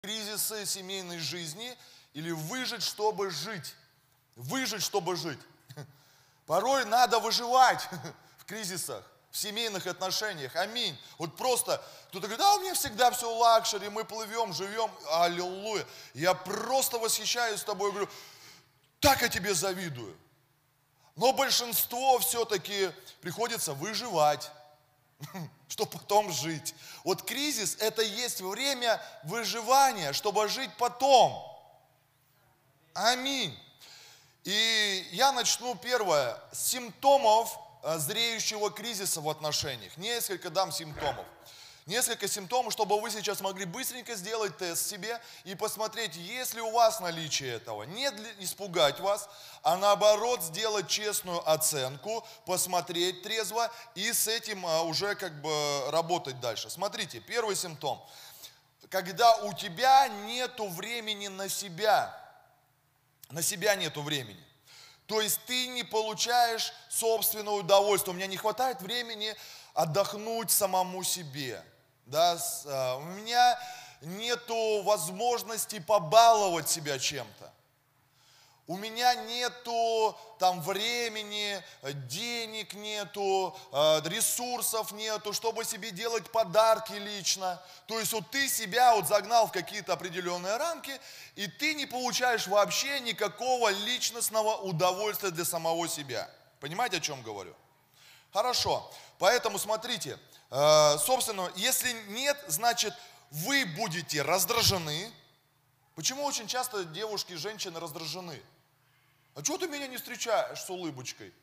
кризисы семейной жизни или выжить, чтобы жить. Выжить, чтобы жить. Порой надо выживать в кризисах, в семейных отношениях. Аминь. Вот просто кто-то говорит, у меня всегда все лакшери, мы плывем, живем. Аллилуйя. Я просто восхищаюсь тобой, говорю, так я тебе завидую. Но большинство все-таки приходится выживать, чтобы потом жить. Вот кризис – это есть время выживания, чтобы жить потом. Аминь. И я начну первое с симптомов зреющего кризиса в отношениях. Несколько дам симптомов. Несколько симптомов, чтобы вы сейчас могли быстренько сделать тест себе и посмотреть, есть ли у вас наличие этого. Не испугать вас, а наоборот сделать честную оценку, посмотреть трезво и с этим уже работать дальше. Смотрите, первый симптом. Когда у тебя нету времени на себя. На себя нету времени. То есть ты не получаешь собственное удовольствие. У меня не хватает времени отдохнуть самому себе. Да? У меня нету возможности побаловать себя чем-то. У меня нету времени, денег нету, ресурсов нету, чтобы себе делать подарки лично. То есть вот ты себя загнал в какие-то определенные рамки, и ты не получаешь вообще никакого личностного удовольствия для самого себя. Понимаете, о чем говорю? Хорошо. Поэтому смотрите, собственно, если нет, значит вы будете раздражены. Почему очень часто девушки и женщины раздражены? А чего ты меня не встречаешь с улыбочкой?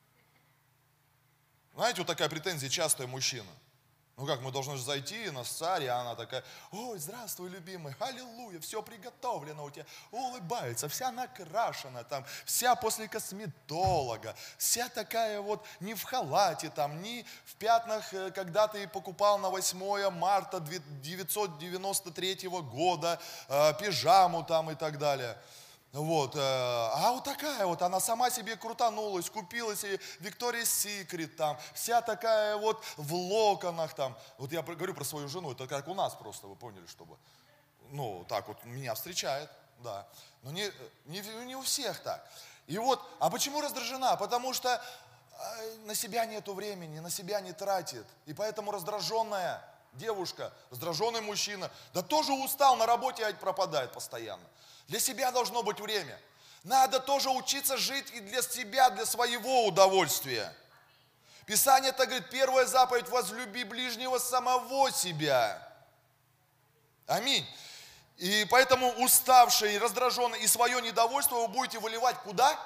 Знаете, вот такая претензия частая мужчина. Ну как, мы должны же зайти на царь, и она такая, ой, здравствуй, любимый, аллилуйя, все приготовлено у тебя, улыбается, вся накрашена, вся после косметолога, вся такая вот не в халате, не в пятнах, когда ты покупал на 8 марта 1993 года пижаму и так далее. Вот, а вот такая вот, она сама себе крутанулась, купила себе Victoria's Secret, вся такая вот в локонах Вот я говорю про свою жену, это как у нас просто, вы поняли, чтобы, так вот меня встречает, да. Но не у всех так. И вот, а почему раздражена? Потому что на себя нету времени, на себя не тратит. И поэтому раздраженная девушка, раздраженный мужчина, да тоже устал, на работе пропадает постоянно. Для себя должно быть время. Надо тоже учиться жить и для себя, для своего удовольствия. Писание так говорит, первая заповедь, возлюби ближнего самого себя. Аминь. И поэтому уставшие, раздраженные и свое недовольство вы будете выливать куда?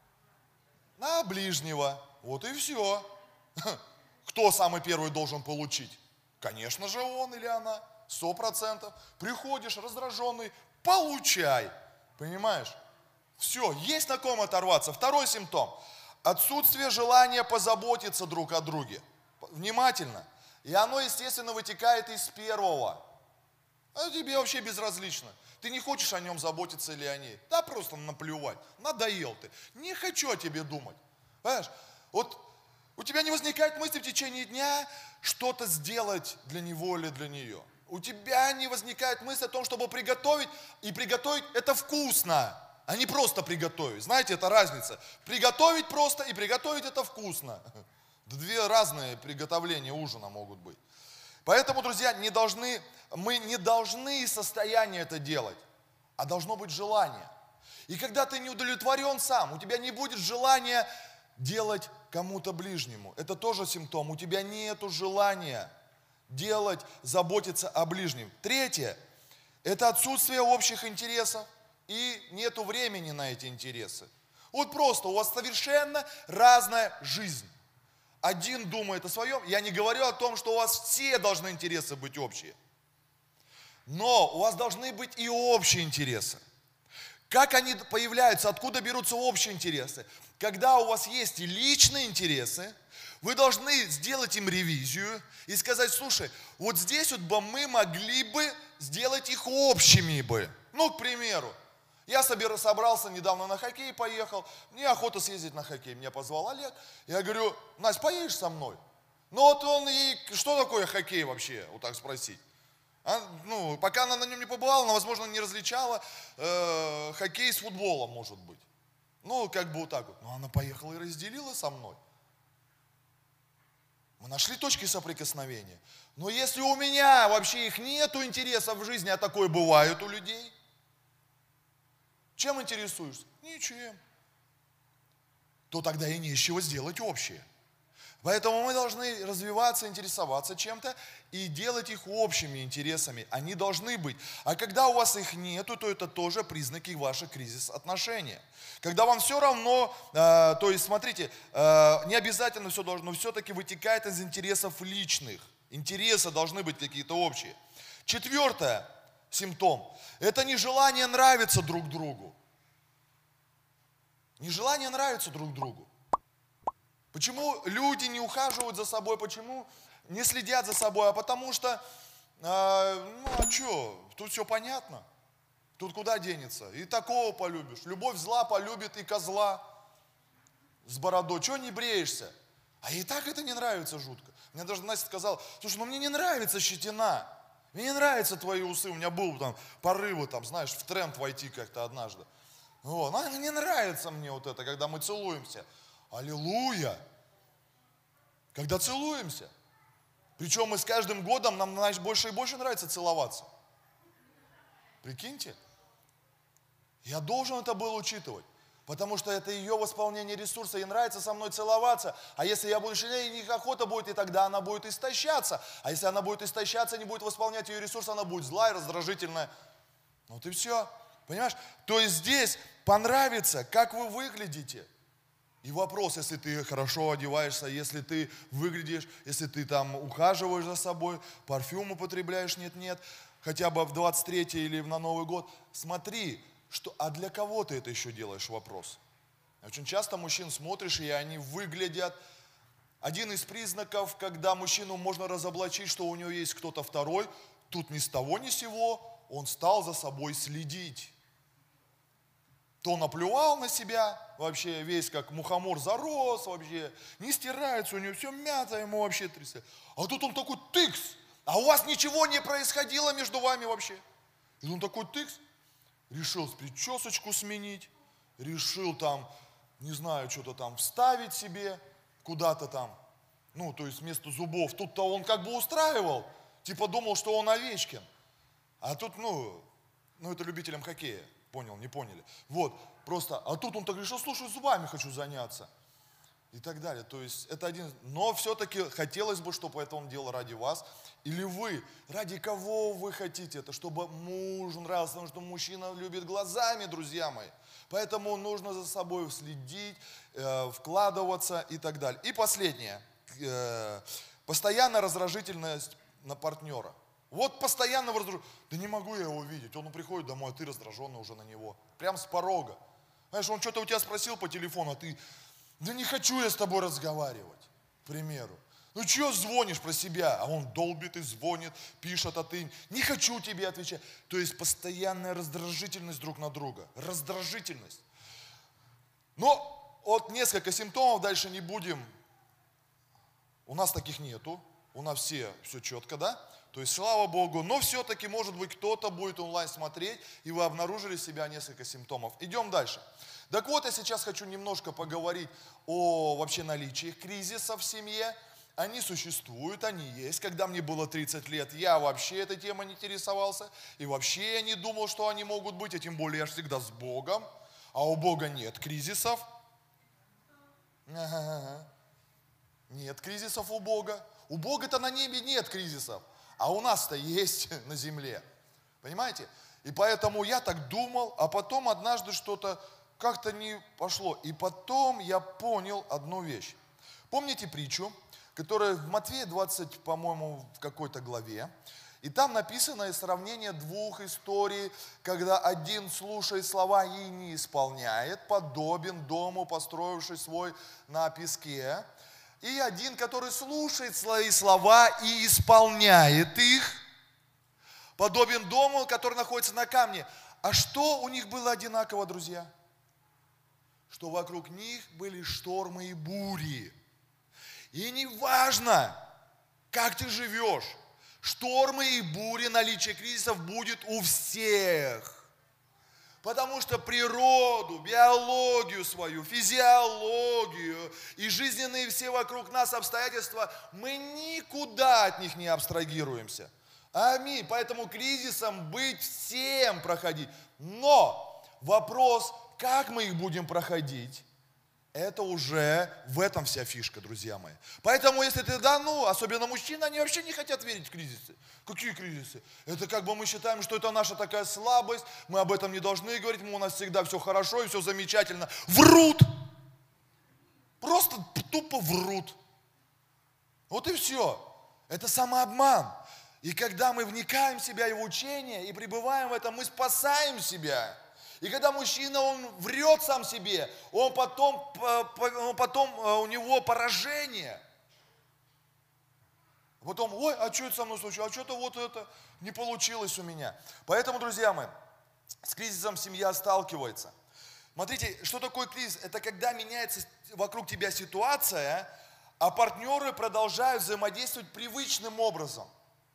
На ближнего. Вот и все. Кто самый первый должен получить? Конечно же он или она. 100%. Приходишь раздраженный, получай. Понимаешь? Все, есть на ком оторваться. Второй симптом. Отсутствие желания позаботиться друг о друге. Внимательно. И оно, естественно, вытекает из первого. А тебе вообще безразлично. Ты не хочешь о нем заботиться или о ней. Да просто наплевать. Надоел ты. Не хочу о тебе думать. Понимаешь? Вот у тебя не возникает мысли в течение дня что-то сделать для него или для нее. У тебя не возникает мысль о том, чтобы приготовить, и приготовить это вкусно, а не просто приготовить. Знаете, это разница. Приготовить просто и приготовить это вкусно. Две разные приготовления ужина могут быть. Поэтому, друзья, мы не должны из состояния это делать, а должно быть желание. И когда ты не удовлетворен сам, у тебя не будет желания делать кому-то ближнему. Это тоже симптом. У тебя нету желания делать, заботиться о ближнем. Третье – это отсутствие общих интересов и нету времени на эти интересы. Вот просто у вас совершенно разная жизнь. Один думает о своем. Я не говорю о том, что у вас все должны интересы быть общие. Но у вас должны быть и общие интересы. Как они появляются, откуда берутся общие интересы? Когда у вас есть и личные интересы, вы должны сделать им ревизию и сказать, слушай, вот здесь вот бы мы могли бы сделать их общими бы. К примеру, я собрался недавно на хоккей, поехал, мне охота съездить на хоккей, меня позвал Олег. Я говорю, Настя, поедешь со мной? Вот он ей, что такое хоккей вообще, вот так спросить. Пока она на нем не побывала, она, возможно, не различала хоккей с футболом, может быть. Как бы вот так вот. Но она поехала и разделила со мной. Мы нашли точки соприкосновения. Но если у меня вообще их нету интересов в жизни, а такое бывает у людей, чем интересуешься? Ничем. То тогда и не из чего сделать общее. Поэтому мы должны развиваться, интересоваться чем-то и делать их общими интересами. Они должны быть. А когда у вас их нету, то это тоже признаки ваших кризис-отношения. Когда вам все равно, то есть смотрите, не обязательно все должно, но все-таки вытекает из интересов личных. Интересы должны быть какие-то общие. Четвертое, симптом, это нежелание нравиться друг другу. Нежелание нравиться друг другу. Почему люди не ухаживают за собой, почему не следят за собой? А потому что, тут все понятно. Тут куда денется? И такого полюбишь. Любовь зла полюбит и козла с бородой. Чего не бреешься? А и так это не нравится жутко. Мне даже Настя сказала, слушай, мне не нравится щетина. Мне не нравятся твои усы. У меня был там порывы, знаешь, в тренд войти как-то однажды. Не нравится мне вот это, когда мы целуемся. Аллилуйя! Когда целуемся. Причем мы с каждым годом нам больше и больше нравится целоваться. Прикиньте. Я должен это был учитывать. Потому что это ее восполнение ресурса. Ей нравится со мной целоваться. А если я буду сильнее, ей охота будет, и тогда она будет истощаться. А если она будет истощаться, не будет восполнять ее ресурс, она будет злая, раздражительная. Вот и все. Понимаешь? То есть здесь понравится, как вы выглядите. И вопрос, если ты хорошо одеваешься, если ты выглядишь, если ты ухаживаешь за собой, парфюм употребляешь, нет-нет, хотя бы в 23-й или на Новый год, смотри, а для кого ты это еще делаешь, вопрос. Очень часто мужчин смотришь, и они выглядят. Один из признаков, когда мужчину можно разоблачить, что у него есть кто-то второй, тут ни с того ни с сего он стал за собой следить. То наплевал на себя, вообще весь как мухомор зарос, вообще не стирается, у него все мято, ему вообще трясет. А тут он такой тыкс, а у вас ничего не происходило между вами вообще. И он такой тыкс, решил причесочку сменить, решил не знаю, что-то вставить себе куда-то то есть вместо зубов. Тут-то он как бы устраивал, типа думал, что он Овечкин. А тут, это любителям хоккея. Понял, не поняли. Просто, а тут он так решил, слушай, зубами хочу заняться. И так далее. То есть это но все-таки хотелось бы, чтобы это он делал ради вас. Или вы, ради кого вы хотите это? Чтобы мужу нравился, потому что мужчина любит глазами, друзья мои. Поэтому нужно за собой следить, вкладываться и так далее. И последнее. Постоянная раздражительность на партнера. Постоянно раздражен. Да не могу я его видеть. Он приходит домой, а ты раздраженный уже на него. Прям с порога. Знаешь, он что-то у тебя спросил по телефону, а ты, да не хочу я с тобой разговаривать, к примеру. Чего звонишь про себя? А он долбит и звонит, пишет, а ты, не хочу тебе отвечать. То есть постоянная раздражительность друг на друга. Раздражительность. Но несколько симптомов, дальше не будем. У нас таких нету. У нас все четко, да? То есть, слава Богу, но все-таки, может быть, кто-то будет онлайн смотреть, и вы обнаружили себя несколько симптомов. Идем дальше. Так вот, я сейчас хочу немножко поговорить о вообще наличии кризисов в семье. Они существуют, они есть. Когда мне было 30 лет, я вообще этой темой не интересовался, и вообще я не думал, что они могут быть, а тем более я же всегда с Богом, а у Бога нет кризисов. Нет кризисов у Бога. У Бога-то на небе нет кризисов. А у нас-то есть на земле. Понимаете? И поэтому я так думал, а потом однажды что-то как-то не пошло. И потом я понял одну вещь. Помните притчу, которая в Матфея 20, по-моему, в какой-то главе. И там написано сравнение двух историй, когда один слушает слова и не исполняет, подобен дому, построивший свой на песке. И один, который слушает свои слова и исполняет их, подобен дому, который находится на камне. А что у них было одинаково, друзья? Что вокруг них были штормы и бури. И не важно, как ты живешь, Штормы и бури, наличие кризисов будет у всех. Потому что природу, биологию свою, физиологию и жизненные все вокруг нас обстоятельства, мы никуда от них не абстрагируемся. Аминь. Поэтому кризисом быть всем проходить. Но вопрос, как мы их будем проходить, это уже в этом вся фишка, друзья мои. Поэтому, если ты, особенно мужчины, они вообще не хотят верить в кризисы. Какие кризисы? Это как бы мы считаем, что это наша такая слабость, мы об этом не должны говорить, у нас всегда все хорошо и все замечательно. Врут! Просто тупо врут. Вот и все. Это самообман. И когда мы вникаем в себя и в учение, и пребываем в этом, мы спасаем себя. И когда мужчина, он врет сам себе, у него поражение. Потом, ой, а что это со мной случилось? А что-то вот это не получилось у меня. Поэтому, друзья мои, с кризисом семья сталкивается. Смотрите, что такое кризис? Это когда меняется вокруг тебя ситуация, а партнеры продолжают взаимодействовать привычным образом.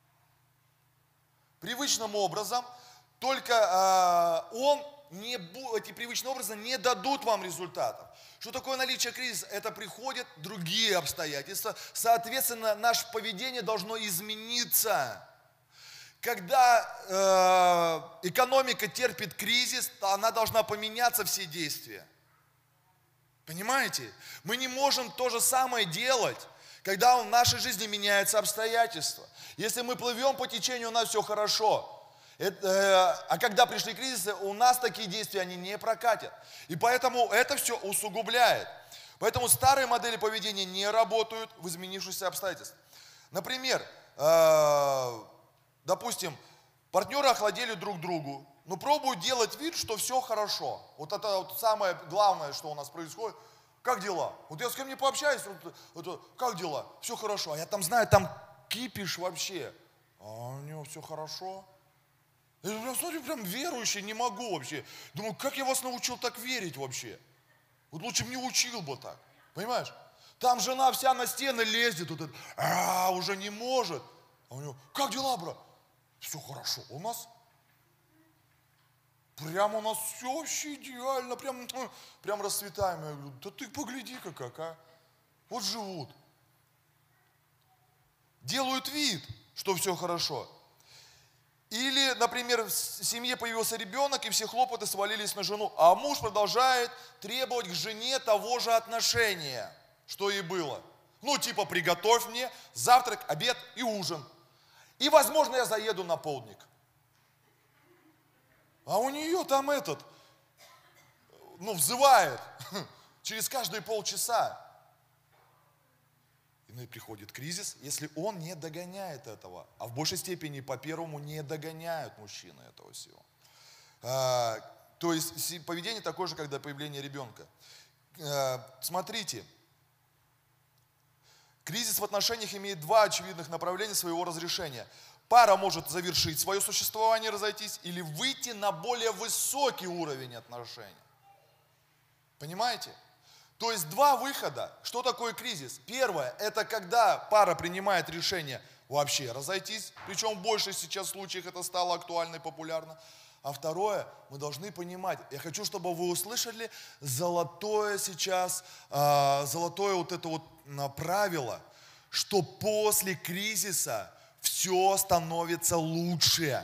Привычным образом, только эти привычные образы не дадут вам результатов. Что такое наличие кризиса? Это приходят другие обстоятельства. Соответственно, наше поведение должно измениться. Когда экономика терпит кризис, то она должна поменяться, все действия. Понимаете? Мы не можем то же самое делать, когда в нашей жизни меняются обстоятельства. Если мы плывем по течению, у нас все хорошо. А когда пришли кризисы, у нас такие действия, они не прокатят. И поэтому это все усугубляет. Поэтому старые модели поведения не работают в изменившихся обстоятельствах. Например, допустим, партнеры охладели друг к другу, но пробуют делать вид, что все хорошо. Вот это вот самое главное, что у нас происходит. Как дела? Вот я с кем не пообщаюсь, как дела? Все хорошо. А я там знаю, там кипиш вообще. А у него все хорошо. Я смотрю, прям верующий, не могу вообще. Думаю, как я вас научил так верить вообще? Вот лучше бы не учил бы так. Понимаешь? Там жена вся на стены лезет, вот это, уже не может. А у него, как дела, брат? Все хорошо. У нас все вообще идеально, прям расцветаем. Я говорю, да ты погляди-ка как, а. Вот живут. Делают вид, что все хорошо. Или, например, в семье появился ребенок, и все хлопоты свалились на жену, а муж продолжает требовать к жене того же отношения, что и было. Типа, приготовь мне завтрак, обед и ужин. И, возможно, я заеду на полдник. А у нее там взывает через каждые полчаса. И приходит кризис, если он не догоняет этого. А в большей степени по первому не догоняют мужчины этого всего. То есть поведение такое же, как до появления ребенка. Смотрите, кризис в отношениях имеет два очевидных направления своего разрешения. Пара может завершить свое существование, разойтись, или выйти на более высокий уровень отношений. Понимаете? То есть два выхода. Что такое кризис? Первое, это когда пара принимает решение вообще разойтись, причем в большей сейчас случаях это стало актуально и популярно. А второе, мы должны понимать, я хочу, чтобы вы услышали золотое правило, что после кризиса все становится лучше.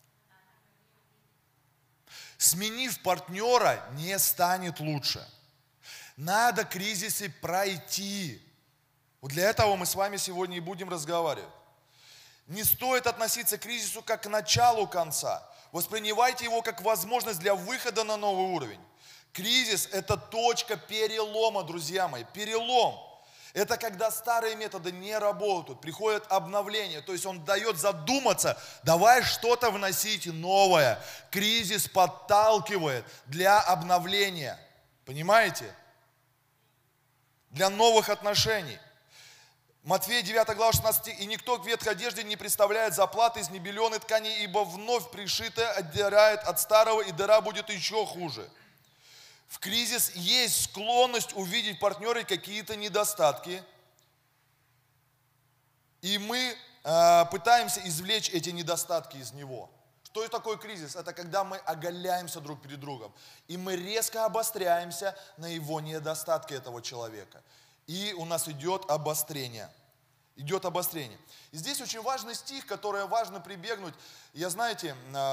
Сменив партнера, не станет лучше. Надо кризисы пройти. Вот для этого мы с вами сегодня и будем разговаривать. Не стоит относиться к кризису как к началу конца. Воспринимайте его как возможность для выхода на новый уровень. Кризис – это точка перелома, друзья мои, перелом. Это когда старые методы не работают, приходит обновление, то есть он дает задуматься, давай что-то вносить новое. Кризис подталкивает для обновления, понимаете? Для новых отношений. Матфея 9 глава 16 стих. «И никто к ветхой одежде не представляет заплаты из небеленой ткани, ибо вновь пришитое отдирает от старого, и дыра будет еще хуже». В кризис есть склонность увидеть в партнере какие-то недостатки. И мы пытаемся извлечь эти недостатки из него. Что такое кризис? Это когда мы оголяемся друг перед другом. И мы резко обостряемся на его недостатки этого человека. И у нас идет обострение. Идет обострение. И здесь очень важный стих, который важно прибегнуть. Я, знаете,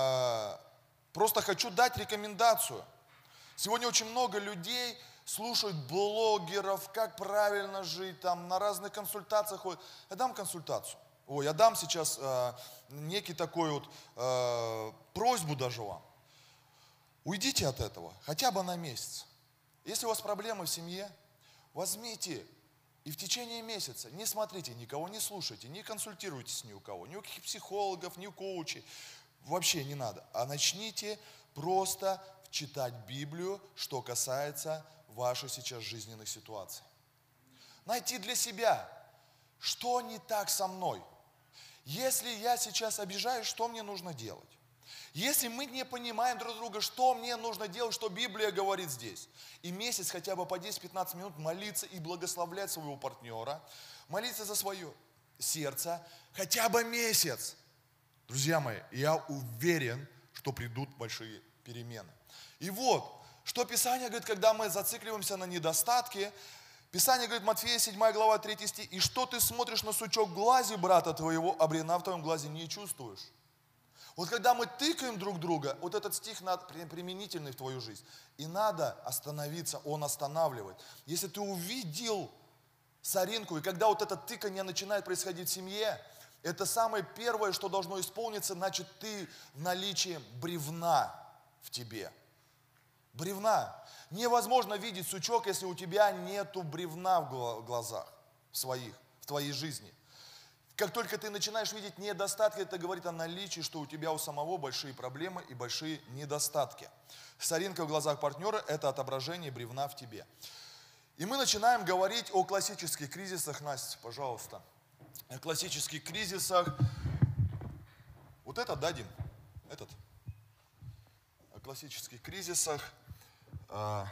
просто хочу дать рекомендацию. Сегодня очень много людей слушают блогеров, как правильно жить, там на разных консультациях ходят. Я дам консультацию. Я дам сейчас некий такой вот просьбу даже вам. Уйдите от этого, хотя бы на месяц. Если у вас проблемы в семье, возьмите и в течение месяца не смотрите никого, не слушайте, не консультируйтесь ни у кого, ни у каких психологов, ни у коучей. Вообще не надо. А начните просто читать Библию, что касается вашей сейчас жизненных ситуаций. Найти для себя, что не так со мной. Если я сейчас обижаюсь, что мне нужно делать? Если мы не понимаем друг друга, что мне нужно делать, что Библия говорит здесь. И месяц хотя бы по 10-15 минут молиться и благословлять своего партнера, молиться за свое сердце, хотя бы месяц. Друзья мои, я уверен, что придут большие перемены. И вот, что Писание говорит, когда мы зацикливаемся на недостатке. Писание говорит, Матфея 7 глава 3 стих, «И что ты смотришь на сучок в глазе брата твоего, а бревна в твоем глазе не чувствуешь». Вот когда мы тыкаем друг друга, вот этот стих применительный в твою жизнь. И надо остановиться, он останавливает. Если ты увидел соринку, и когда вот это тыканье начинает происходить в семье, это самое первое, что должно исполниться, значит, ты в наличии бревна в тебе. Бревна. Невозможно видеть сучок, если у тебя нету бревна в глазах своих, в твоей жизни. Как только ты начинаешь видеть недостатки, это говорит о наличии, что у тебя у самого большие проблемы и большие недостатки. Соринка в глазах партнера – это отображение бревна в тебе. И мы начинаем говорить о классических кризисах. Настя, пожалуйста. О классических кризисах. Вот этот, да, Дим? Этот. О классических кризисах в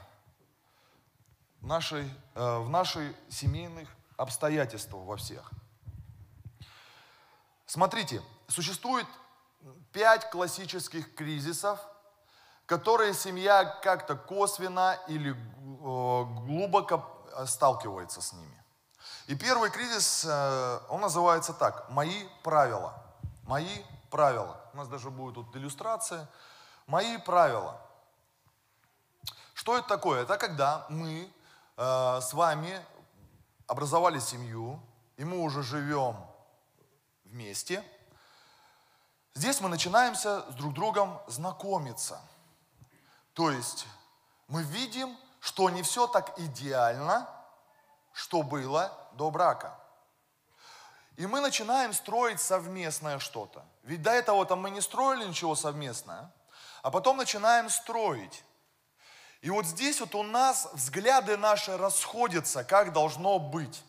наших семейных обстоятельствах во всех. Смотрите, существует 5 классических кризисов, которые семья как-то косвенно или глубоко сталкивается с ними. И первый кризис, он называется так: «Мои правила». Мои правила. У нас даже будет тут иллюстрация. Мои правила. Что это такое? Это когда мы с вами образовали семью, и мы уже живем вместе. Здесь мы начинаемся с друг другом знакомиться. То есть мы видим, что не все так идеально, что было до брака. И мы начинаем строить совместное что-то. Ведь до этого-то мы не строили ничего совместное, а потом начинаем строить. И вот здесь вот у нас взгляды наши расходятся, как должно быть.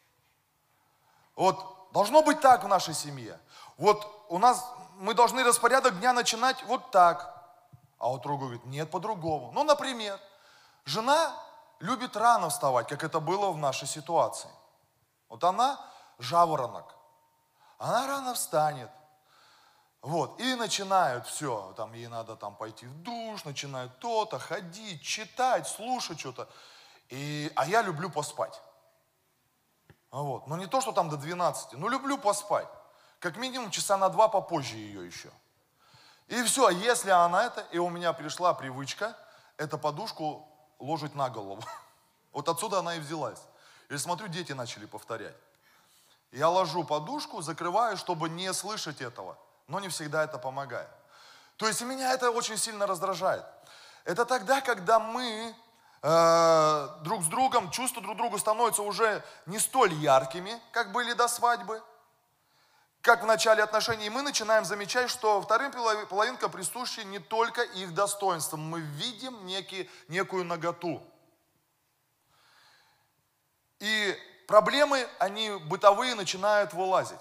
Вот должно быть так в нашей семье. Вот у нас, мы должны распорядок дня начинать вот так. А вот другой говорит, нет, по-другому. Ну, например, жена любит рано вставать, как это было в нашей ситуации. Вот она жаворонок. Она рано встанет. Вот, и начинают все, там ей надо там пойти в душ, начинают то-то, ходить, читать, слушать что-то. А я люблю поспать. Вот. Но не то, что там до 12, но люблю поспать. Как минимум часа на 2 попозже ее еще. И все, если она это, и у меня пришла привычка, эту подушку ложить на голову. Вот отсюда она и взялась. Я смотрю, дети начали повторять. Я ложу подушку, закрываю, чтобы не слышать этого. Но не всегда это помогает. То есть меня это очень сильно раздражает. Это тогда, когда мы друг с другом, чувства друг друга становятся уже не столь яркими, как были до свадьбы, как в начале отношений. И мы начинаем замечать, что вторым половинкам присущи не только их достоинства. Мы видим некую наготу. И проблемы, они бытовые, начинают вылазить.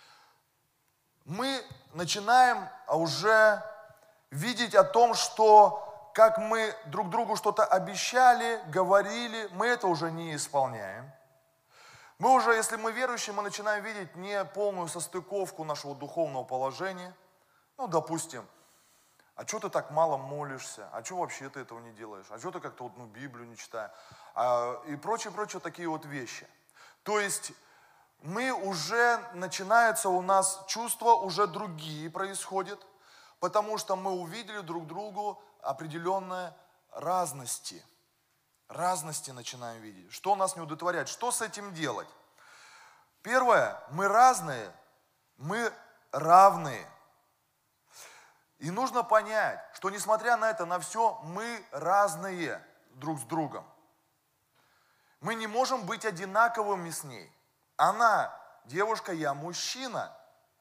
Мы начинаем уже видеть о том, что как мы друг другу что-то обещали, говорили, мы это уже не исполняем. Мы уже, если мы верующие, мы начинаем видеть не полную состыковку нашего духовного положения. Ну, допустим, а что ты так мало молишься? А что вообще ты этого не делаешь? А что ты как-то вот, Библию не читаешь? И прочие такие вот вещи. То есть мы уже, начинаются у нас чувства уже другие происходят, потому что мы увидели друг другу определенные разности. Разности начинаем видеть. Что нас не удовлетворяет? Что с этим делать? Первое, мы разные, мы равные. И нужно понять, что несмотря на это, на все, мы разные друг с другом. Мы не можем быть одинаковыми с ней. Она девушка, я мужчина.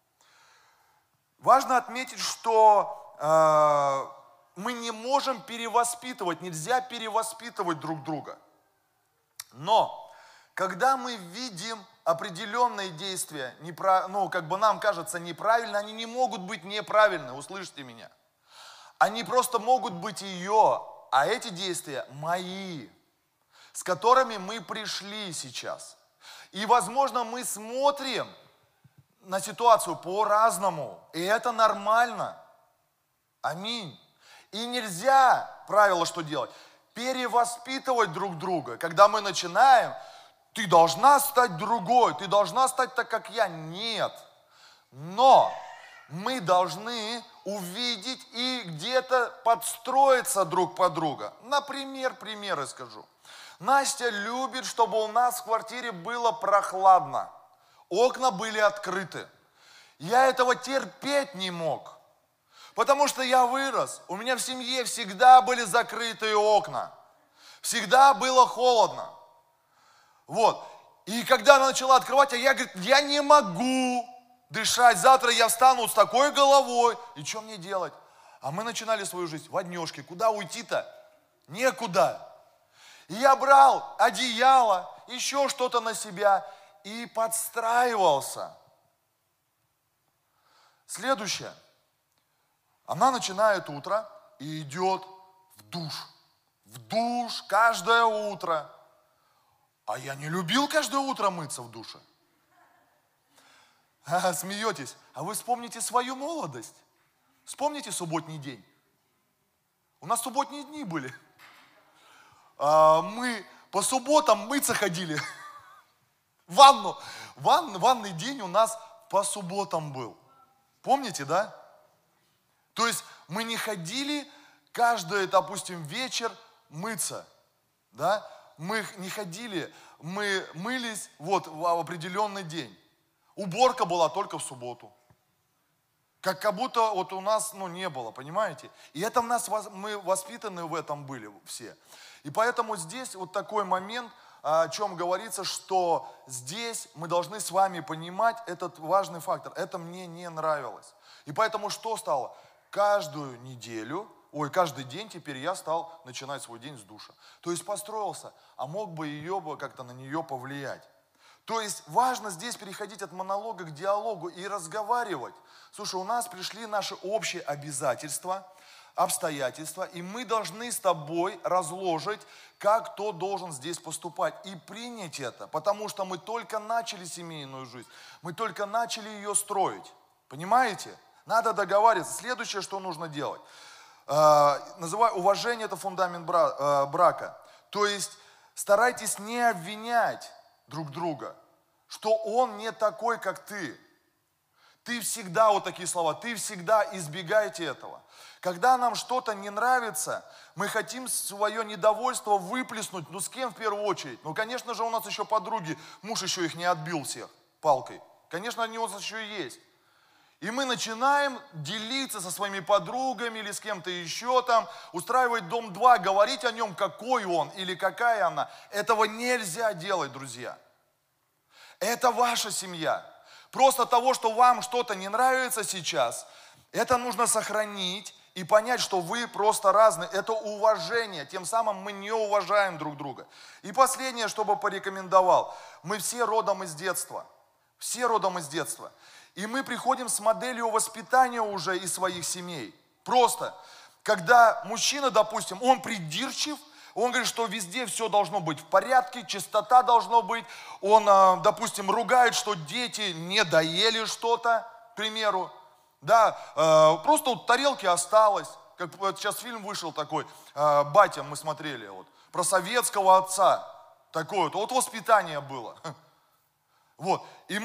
Важно отметить, что мы не можем перевоспитывать, нельзя перевоспитывать друг друга. Но когда мы видим определенные действия, нам кажется неправильно, они не могут быть неправильны, услышьте меня. Они просто могут быть ее, а эти действия мои, с которыми мы пришли сейчас. И, возможно, мы смотрим на ситуацию по-разному, и это нормально. Аминь. И нельзя, правило, что делать? Перевоспитывать друг друга. Когда мы начинаем, ты должна стать другой, ты должна стать так, как я. Нет. Но мы должны увидеть и где-то подстроиться друг под друга. Примеры скажу. Настя любит, чтобы у нас в квартире было прохладно. Окна были открыты. Я этого терпеть не мог. Потому что я вырос. У меня в семье всегда были закрытые окна. Всегда было холодно. Вот. И когда она начала открывать, я говорю, я не могу дышать. Завтра я встану с такой головой. И что мне делать? А мы начинали свою жизнь в однежке. Куда уйти-то? Некуда. И я брал одеяло, еще что-то на себя и подстраивался. Следующее. Она начинает утро и идет в душ. В душ каждое утро. А я не любил каждое утро мыться в душе. Смеетесь. А вы вспомните свою молодость. Вспомните субботний день. У нас субботние дни были. Мы по субботам мыться ходили. В ванну. Ванный день у нас по субботам был. Помните, да? То есть мы не ходили каждый, допустим, вечер мыться. Да? Мы не ходили, мы мылись вот в определенный день. Уборка была только в субботу. Как будто вот у нас не было, понимаете? И это мы воспитаны в этом были все. И поэтому здесь вот такой момент, о чем говорится, что здесь мы должны с вами понимать этот важный фактор. Это мне не нравилось. И поэтому что стало? Каждый день теперь я стал начинать свой день с душа. То есть построился, а мог бы ее как-то на нее повлиять. То есть важно здесь переходить от монолога к диалогу и разговаривать. Слушай, у нас пришли наши общие обязательства, обстоятельства, и мы должны с тобой разложить, как кто должен здесь поступать, и принять это, потому что мы только начали семейную жизнь, мы только начали ее строить. Понимаете? Надо договариваться. Следующее, что нужно делать. Называю уважение, это фундамент брака. То есть старайтесь не обвинять друг друга, что он не такой, как ты. Ты всегда, вот такие слова, ты всегда избегайте этого. Когда нам что-то не нравится, мы хотим свое недовольство выплеснуть. С кем в первую очередь? Конечно же, у нас еще подруги, муж еще их не отбил всех палкой. Конечно, они у нас еще и есть. И мы начинаем делиться со своими подругами или с кем-то еще там, устраивать дом 2, говорить о нем, какой он или какая она. Этого нельзя делать, друзья. Это ваша семья. Просто того, что вам что-то не нравится сейчас, это нужно сохранить и понять, что вы просто разные. Это уважение. Тем самым мы не уважаем друг друга. И последнее, что бы порекомендовал. Мы все родом из детства. Все родом из детства. И мы приходим с моделью воспитания уже из своих семей. Просто, когда мужчина, допустим, он придирчив, Он говорит, что везде все должно быть в порядке, чистота должно быть. Он, допустим, ругает, что дети не доели что-то, к примеру. Да, просто вот тарелки осталось. Как вот сейчас фильм вышел такой, «Батя» мы смотрели, вот, про советского отца. Такое вот воспитание было. Вот,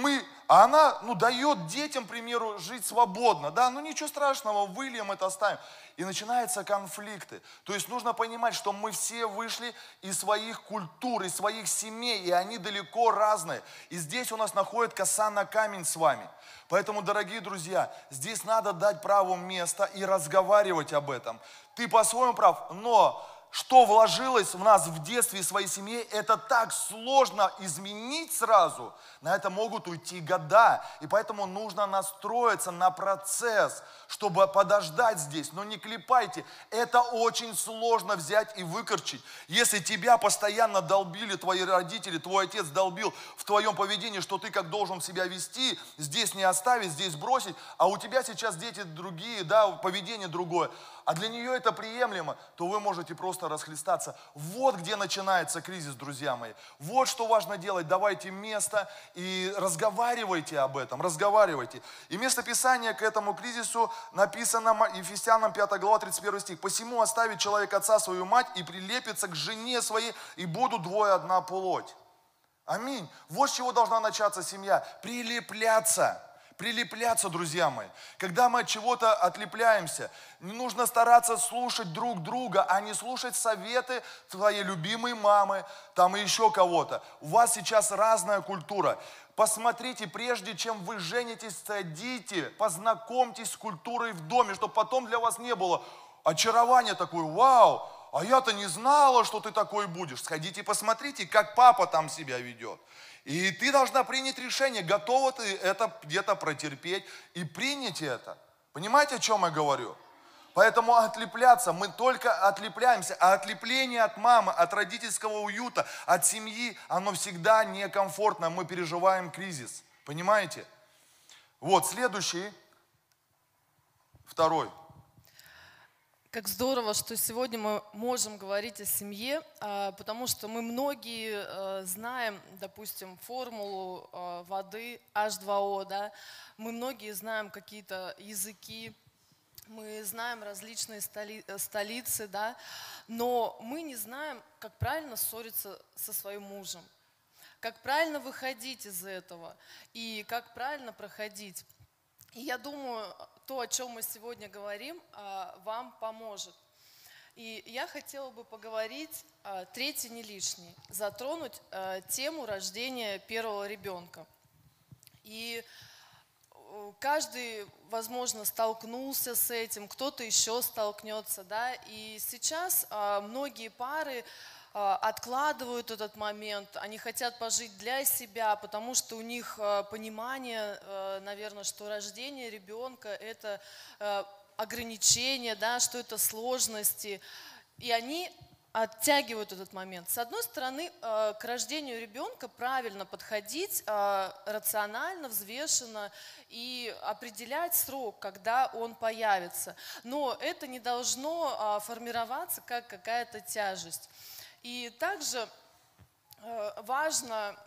а она, дает детям, к примеру, жить свободно, да, ничего страшного, выльем это оставим. И начинаются конфликты. То есть нужно понимать, что мы все вышли из своих культур, из своих семей, и они далеко разные. И здесь у нас находит коса на камень с вами. Поэтому, дорогие друзья, здесь надо дать праву место и разговаривать об этом. Ты по-своему прав, но что вложилось в нас в детстве и в своей семье, это так сложно изменить сразу. На это могут уйти года. И поэтому нужно настроиться на процесс, чтобы подождать здесь. Но не клепайте. Это очень сложно взять и выкорчить. Если тебя постоянно долбили твои родители, твой отец долбил в твоем поведении, что ты как должен себя вести, здесь не оставить, здесь бросить, а у тебя сейчас дети другие, да, поведение другое, а для нее это приемлемо, то вы можете просто расхлестаться. Вот где начинается кризис, друзья мои. Вот что важно делать. Давайте место и разговаривайте об этом, разговаривайте. И место Писания к этому кризису написано Ефесянам 5 глава 31 стих. «Посему оставит человек отца свою мать и прилепится к жене своей, и будут двое одна плоть». Аминь. Вот с чего должна начаться семья. Прилепляться. Прилепляться, друзья мои. Когда мы от чего-то отлепляемся, не нужно стараться слушать друг друга, а не слушать советы твоей любимой мамы, там и еще кого-то. У вас сейчас разная культура. Посмотрите, прежде чем вы женитесь, садите, познакомьтесь с культурой в доме, чтобы потом для вас не было очарования такое, вау, а я-то не знала, что ты такой будешь. Сходите, посмотрите, как папа там себя ведет. И ты должна принять решение, готова ты это где-то протерпеть и принять это. Понимаете, о чем я говорю? Поэтому отлепляться, мы только отлепляемся, а отлепление от мамы, от родительского уюта, от семьи, оно всегда некомфортно, мы переживаем кризис. Понимаете? Вот, следующий, второй. Как здорово, что сегодня мы можем говорить о семье, потому что мы многие знаем, допустим, формулу воды H2O, да? Мы многие знаем какие-то языки, мы знаем различные столицы, да? Но мы не знаем, как правильно ссориться со своим мужем, как правильно выходить из этого и как правильно проходить. И я думаю, то, о чем мы сегодня говорим, вам поможет. И я хотела бы поговорить, третий не лишний, затронуть тему рождения первого ребенка. И каждый, возможно, столкнулся с этим, кто-то еще столкнется, да. И сейчас многие пары откладывают этот момент, они хотят пожить для себя, потому что у них понимание, наверное, что рождение ребенка – это ограничения, да, что это сложности, и они оттягивают этот момент. С одной стороны, к рождению ребенка правильно подходить рационально, взвешенно и определять срок, когда он появится. Но это не должно формироваться как какая-то тяжесть. И также важно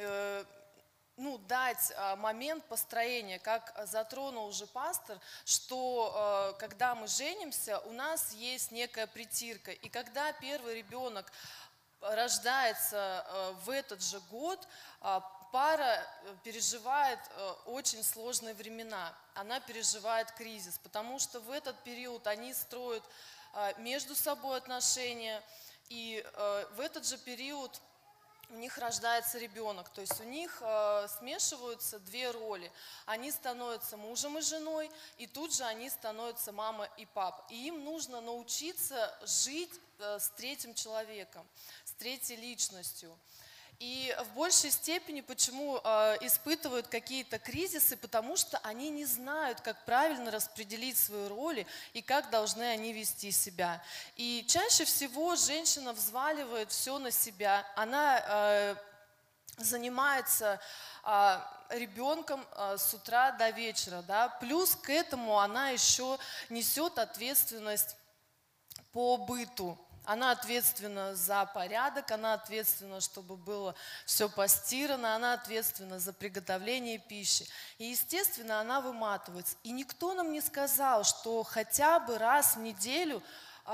дать момент построения, как затронул уже пастор, что когда мы женимся, у нас есть некая притирка. И когда первый ребенок рождается в этот же год, пара переживает очень сложные времена. Она переживает кризис, потому что в этот период они строят между собой отношения, и в этот же период у них рождается ребенок, то есть у них смешиваются две роли. Они становятся мужем и женой, и тут же они становятся мама и папа. И им нужно научиться жить с третьим человеком, с третьей личностью. И в большей степени почему испытывают какие-то кризисы, потому что они не знают, как правильно распределить свои роли и как должны они вести себя. И чаще всего женщина взваливает все на себя, она занимается ребенком с утра до вечера, да? Плюс к этому она еще несет ответственность по быту. Она ответственна за порядок, она ответственна, чтобы было все постирано, она ответственна за приготовление пищи. И, естественно, она выматывается. И никто нам не сказал, что хотя бы раз в неделю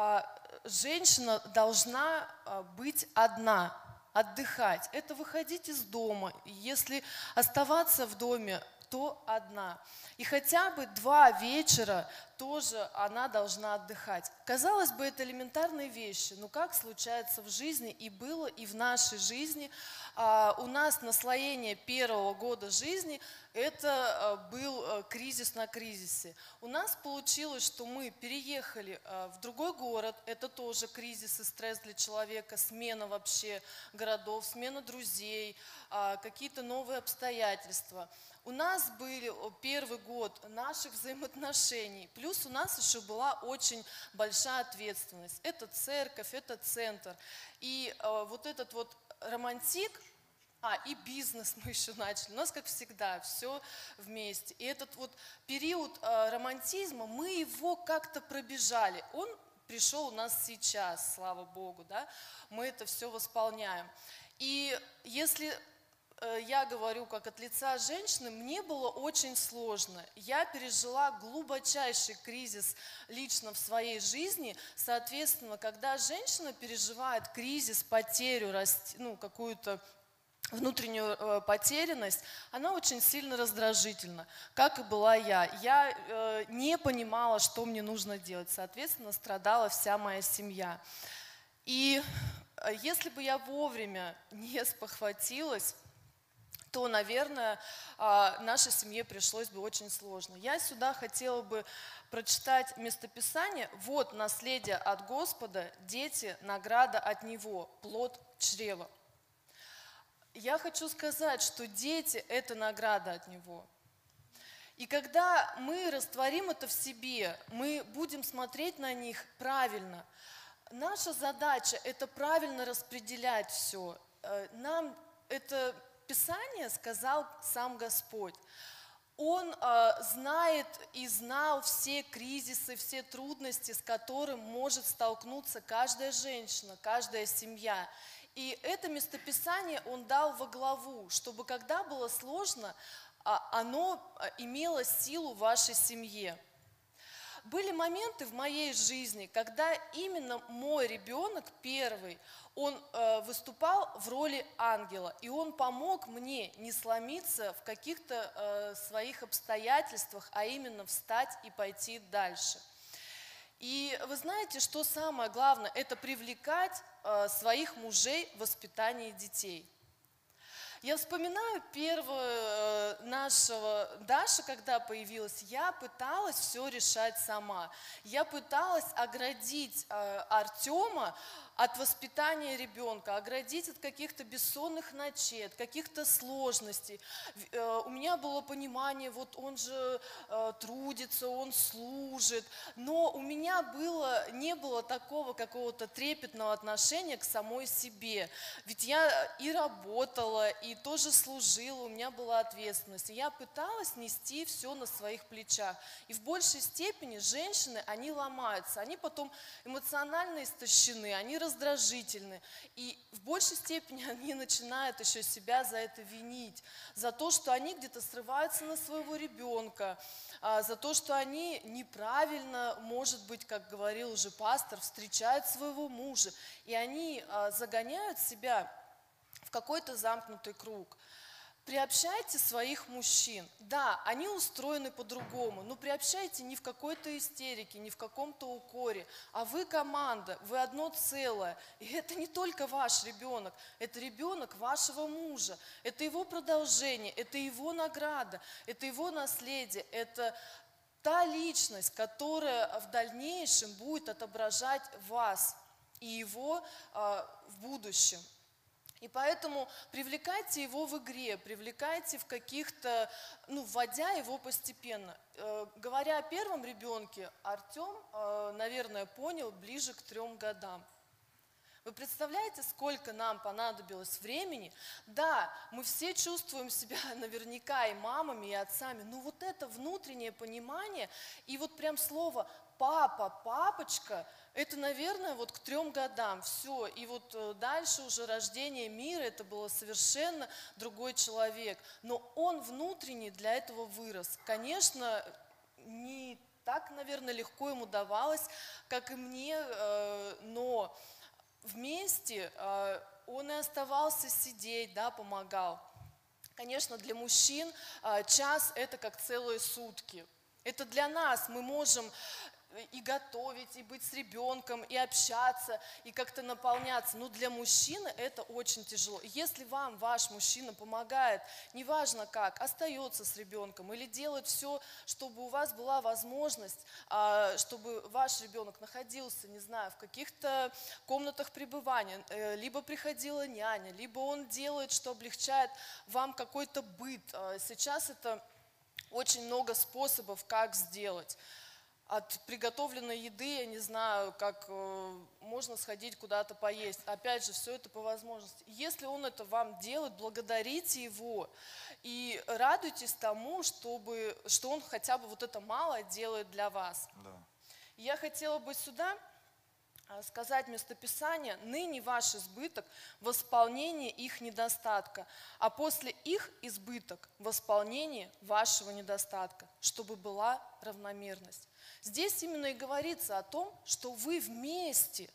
женщина должна быть одна, отдыхать. Это выходить из дома. Если оставаться в доме, то одна. И хотя бы 2 вечера тоже она должна отдыхать. Казалось бы, это элементарные вещи, но как случается в жизни, и было, и в нашей жизни. У нас наслоение первого года жизни – это был кризис на кризисе. У нас получилось, что мы переехали в другой город, это тоже кризис и стресс для человека, смена вообще городов, смена друзей, какие-то новые обстоятельства. У нас были первый год наших взаимоотношений, плюс у нас еще была очень большая ответственность. Это церковь, это центр. И вот этот вот романтик, и бизнес мы еще начали. У нас, как всегда, все вместе. И этот вот период романтизма, мы его как-то пробежали. Он пришел у нас сейчас, слава Богу, да? Мы это все восполняем. И если я говорю как от лица женщины, мне было очень сложно. Я пережила глубочайший кризис лично в своей жизни. Соответственно, когда женщина переживает кризис, потерю, какую-то внутреннюю потерянность, она очень сильно раздражительна, как и была я. Я не понимала, что мне нужно делать. Соответственно, страдала вся моя семья. И если бы я вовремя не спохватилась, то, наверное, нашей семье пришлось бы очень сложно. Я сюда хотела бы прочитать местописание. Вот наследие от Господа, дети, награда от Него, плод чрева. Я хочу сказать, что дети – это награда от Него. И когда мы растворим это в себе, мы будем смотреть на них правильно. Наша задача – это правильно распределять все. Нам это Писание сказал сам Господь. Он знает и знал все кризисы, все трудности, с которыми может столкнуться каждая женщина, каждая семья. И это местописание Он дал во главу, чтобы когда было сложно, оно имело силу в вашей семье. Были моменты в моей жизни, когда именно мой ребенок первый, он выступал в роли ангела, и он помог мне не сломиться в каких-то своих обстоятельствах, а именно встать и пойти дальше. И вы знаете, что самое главное, это привлекать своих мужей в воспитании детей. Я вспоминаю первого нашего Даша, когда появилась, я пыталась все решать сама. Я пыталась оградить Артема от воспитания ребенка, оградить от каких-то бессонных ночей, от каких-то сложностей. У меня было понимание, вот он же трудится, он служит, но у меня не было такого какого-то трепетного отношения к самой себе. Ведь я и работала, и тоже служила, у меня была ответственность. И я пыталась нести все на своих плечах. И в большей степени женщины, они ломаются, они потом эмоционально истощены, они раздражительны. И в большей степени они начинают еще себя за это винить, за то, что они где-то срываются на своего ребенка, за то, что они неправильно, может быть, как говорил уже пастор, встречают своего мужа. И они загоняют себя в какой-то замкнутый круг. Приобщайте своих мужчин. Да, они устроены по-другому, но приобщайте не в какой-то истерике, не в каком-то укоре, а вы команда, вы одно целое. И это не только ваш ребенок, это ребенок вашего мужа, это его продолжение, это его награда, это его наследие, это та личность, которая в дальнейшем будет отображать вас и его в будущем. И поэтому привлекайте его в игре, привлекайте в каких-то, вводя его постепенно. Говоря о первом ребенке, Артем, наверное, понял ближе к 3 годам. Вы представляете, сколько нам понадобилось времени? Да, мы все чувствуем себя наверняка и мамами, и отцами, но вот это внутреннее понимание, и вот прям слово папочка, это, наверное, вот к 3 годам, все. И вот дальше уже рождение мира, это было совершенно другой человек. Но он внутренне для этого вырос. Конечно, не так, наверное, легко ему давалось, как и мне, но вместе он и оставался сидеть, да, помогал. Конечно, для мужчин час – это как целые сутки. Это для нас, мы можем и готовить, и быть с ребенком, и общаться, и как-то наполняться. Но для мужчины это очень тяжело. Если вам ваш мужчина помогает, неважно как, остается с ребенком или делает все, чтобы у вас была возможность, чтобы ваш ребенок находился, не знаю, в каких-то комнатах пребывания, либо приходила няня, либо он делает, что облегчает вам какой-то быт. Сейчас это очень много способов, как сделать. От приготовленной еды, я не знаю, как можно сходить куда-то поесть. Опять же, все это по возможности. Если он это вам делает, благодарите его и радуйтесь тому, что он хотя бы вот это малое делает для вас. Да. Я хотела бы сюда сказать местописание: «Ныне ваш избыток – восполнение их недостатка, а после их избыток – восполнение вашего недостатка, чтобы была равномерность». Здесь именно и говорится о том, что вы вместе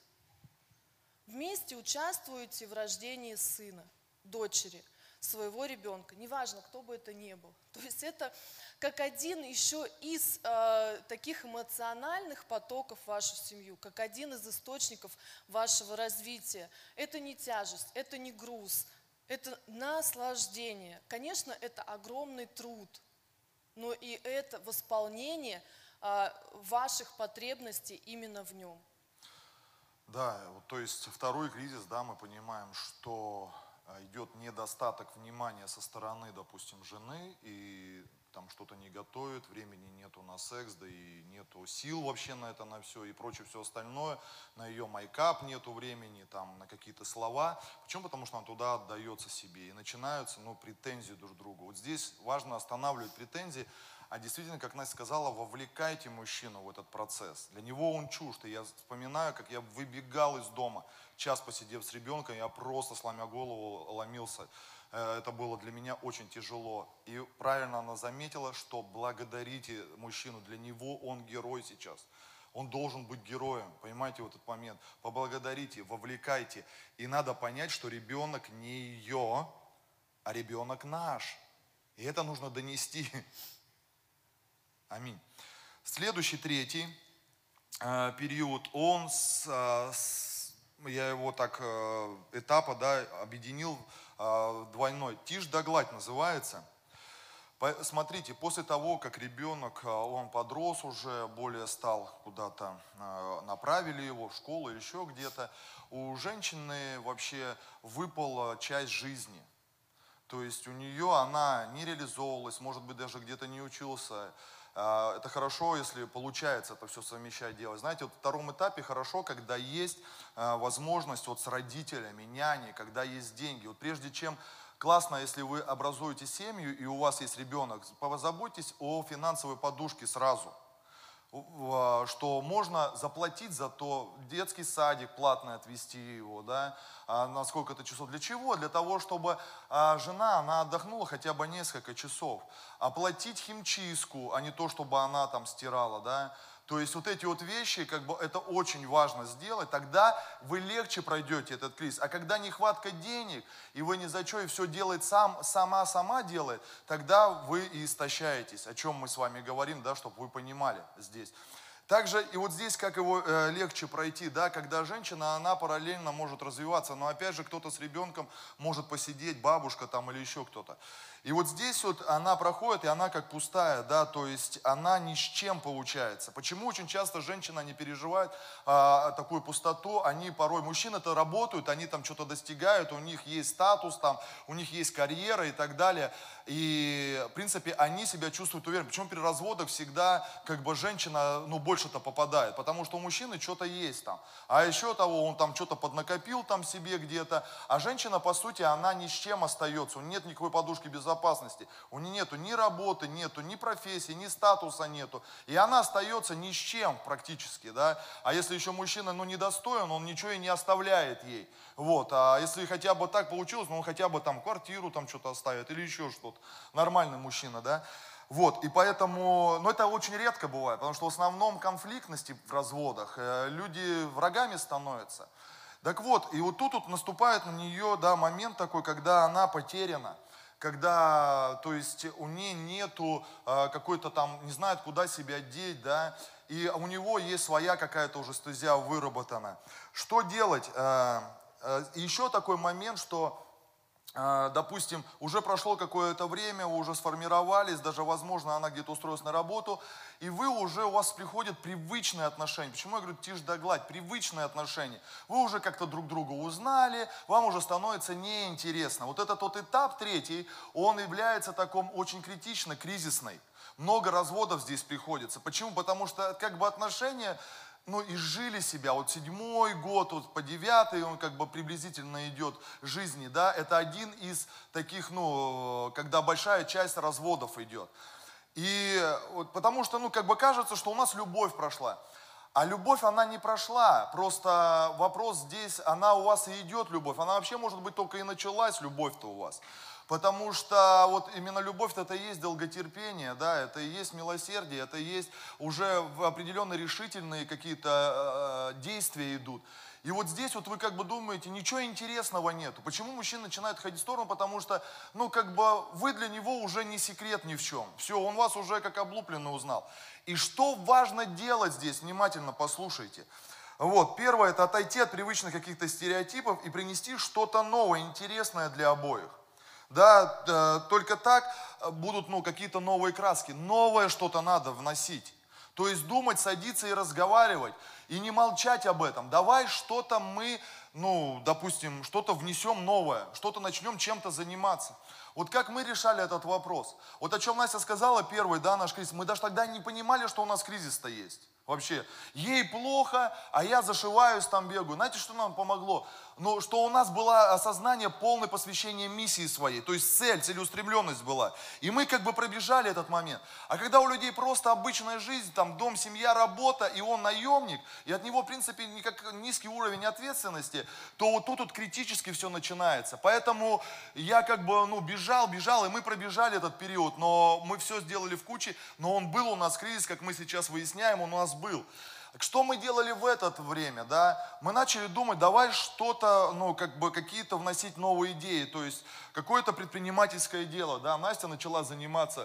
участвуете в рождении сына, дочери, своего ребенка, неважно, кто бы это ни был. То есть это как один еще из таких эмоциональных потоков в вашу семью, как один из источников вашего развития. Это не тяжесть, это не груз, это наслаждение. Конечно, это огромный труд, но и это восполнение ваших потребностей именно в нем. Да, вот, то есть второй кризис, да, мы понимаем, что идет недостаток внимания со стороны, допустим, жены, и там что-то не готовит, времени нету на секс, да и нету сил вообще на это, на все, и прочее, все остальное, на ее майкап нету времени, там, на какие-то слова. Почему? Потому что она туда отдается себе, и начинаются, претензии друг к другу. Вот здесь важно останавливать претензии, а действительно, как Настя сказала, вовлекайте мужчину в этот процесс. Для него он чужд. И я вспоминаю, как я выбегал из дома, час посидев с ребенком, я просто, сломя голову, ломился. Это было для меня очень тяжело. И правильно она заметила, что благодарите мужчину, для него он герой сейчас. Он должен быть героем, понимаете, в этот момент. Поблагодарите, вовлекайте. И надо понять, что ребенок не ее, а ребенок наш. И это нужно донести. Аминь. Следующий, третий период, я его так этапа, да, объединил двойной. Тишь да гладь называется. Смотрите, после того, как ребенок, он подрос уже, более стал куда-то, направили его в школу или еще где-то, у женщины вообще выпала часть жизни. То есть у нее она не реализовывалась, может быть, даже где-то не учился. Это хорошо, если получается это все совмещать, делать. Знаете, вот в втором этапе хорошо, когда есть возможность вот с родителями, няней, когда есть деньги. Вот прежде чем, классно, если вы образуете семью и у вас есть ребенок, позаботьтесь о финансовой подушке сразу. Что можно заплатить за то, детский садик платный отвезти его, да, на сколько-то часов. Для чего? Для того, чтобы жена, она отдохнула хотя бы несколько часов. Оплатить химчистку, а не то, чтобы она там стирала, да. То есть вот эти вот вещи, как бы это очень важно сделать, тогда вы легче пройдете этот кризис. А когда нехватка денег, и вы ни за что, и все делает сама делает, тогда вы и истощаетесь, о чем мы с вами говорим, да, чтобы вы понимали здесь. Также и вот здесь, как его легче пройти, да, когда женщина, она параллельно может развиваться, но опять же кто-то с ребенком может посидеть, бабушка там или еще кто-то. И вот здесь вот она проходит, и она как пустая, да, то есть она ни с чем получается. Почему очень часто женщины, они переживают такую пустоту, они порой, мужчины-то работают, они там что-то достигают, у них есть статус, там, у них есть карьера и так далее. И, в принципе, они себя чувствуют уверенно. Почему при разводах всегда, как бы, женщина, больше больше-то попадает, потому что у мужчины что-то есть там. А еще того, он там что-то поднакопил там себе где-то, а женщина, по сути, она ни с чем остается, у нее нет никакой подушки безопасности, у нее нету ни работы, нету ни профессии, ни статуса нету, и она остается ни с чем практически, да. А если еще мужчина, ну, недостоин, он ничего и не оставляет ей, вот. А если хотя бы так получилось, ну, он хотя бы там квартиру там что-то оставит или еще что-то, нормальный мужчина, да. Вот, и поэтому, но это очень редко бывает, потому что в основном конфликтности в разводах, люди врагами становятся. Так вот, и вот тут вот наступает на нее, да, момент такой, когда она потеряна, когда, то есть, у нее нету какой-то там, не знает, куда себя деть, да, и у него есть своя какая-то уже стезя выработана. Что делать? Еще такой момент, что, допустим, уже прошло какое-то время, вы уже сформировались, даже, возможно, она где-то устроилась на работу, и вы уже, у вас приходят привычные отношения. Почему я говорю тишь да гладь? Привычные отношения. Вы уже как-то друг друга узнали, вам уже становится неинтересно. Вот этот вот этап третий, он является таким очень критично, кризисный. Много разводов здесь приходится. Почему? Потому что как бы отношения, ну, изжили себя, вот 7-й год, вот по 9-й, он как бы приблизительно идет жизни, да, это один из таких, ну, когда большая часть разводов идет. И вот потому что, ну, как бы кажется, что у нас любовь прошла. А любовь, она не прошла, просто вопрос здесь, она у вас и идет, любовь, она вообще, может быть, только и началась, любовь-то у вас. Потому что вот именно любовь это и есть долготерпение, да, это и есть милосердие, это и есть уже определенные решительные какие-то действия идут. И вот здесь вот вы как бы думаете, ничего интересного нету. Почему мужчина начинает ходить в сторону? Потому что, ну, как бы вы для него уже не секрет ни в чем. Все, он вас уже как облупленный узнал. И что важно делать здесь? Внимательно послушайте. Вот, первое, это отойти от привычных каких-то стереотипов и принести что-то новое, интересное для обоих. Да, только так будут, ну, какие-то новые краски. Новое что-то надо вносить. То есть думать, садиться и разговаривать. И не молчать об этом. Давай что-то мы, ну, допустим, что-то внесем новое. Что-то начнем чем-то заниматься. Вот как мы решали этот вопрос. Вот о чем Настя сказала первый, да, наш кризис. Мы даже тогда не понимали, что у нас кризис-то есть. Вообще, ей плохо, а я зашиваюсь, там бегаю. Знаете, что нам помогло? Ну, что у нас было осознание полное посвящение миссии своей. То есть целеустремленность была. И мы как бы пробежали этот момент. А когда у людей просто обычная жизнь, там дом, семья, работа, и он наемник, и от него, в принципе, никак низкий уровень ответственности, то вот тут вот критически все начинается. Поэтому я как бы, ну, бежал, и мы пробежали этот период, но мы все сделали в куче, но он был у нас кризис, как мы сейчас выясняем, он у нас был. Что мы делали в это время, да? Мы начали думать, давай что-то, ну, как бы какие-то вносить новые идеи, то есть какое-то предпринимательское дело, да? Настя начала заниматься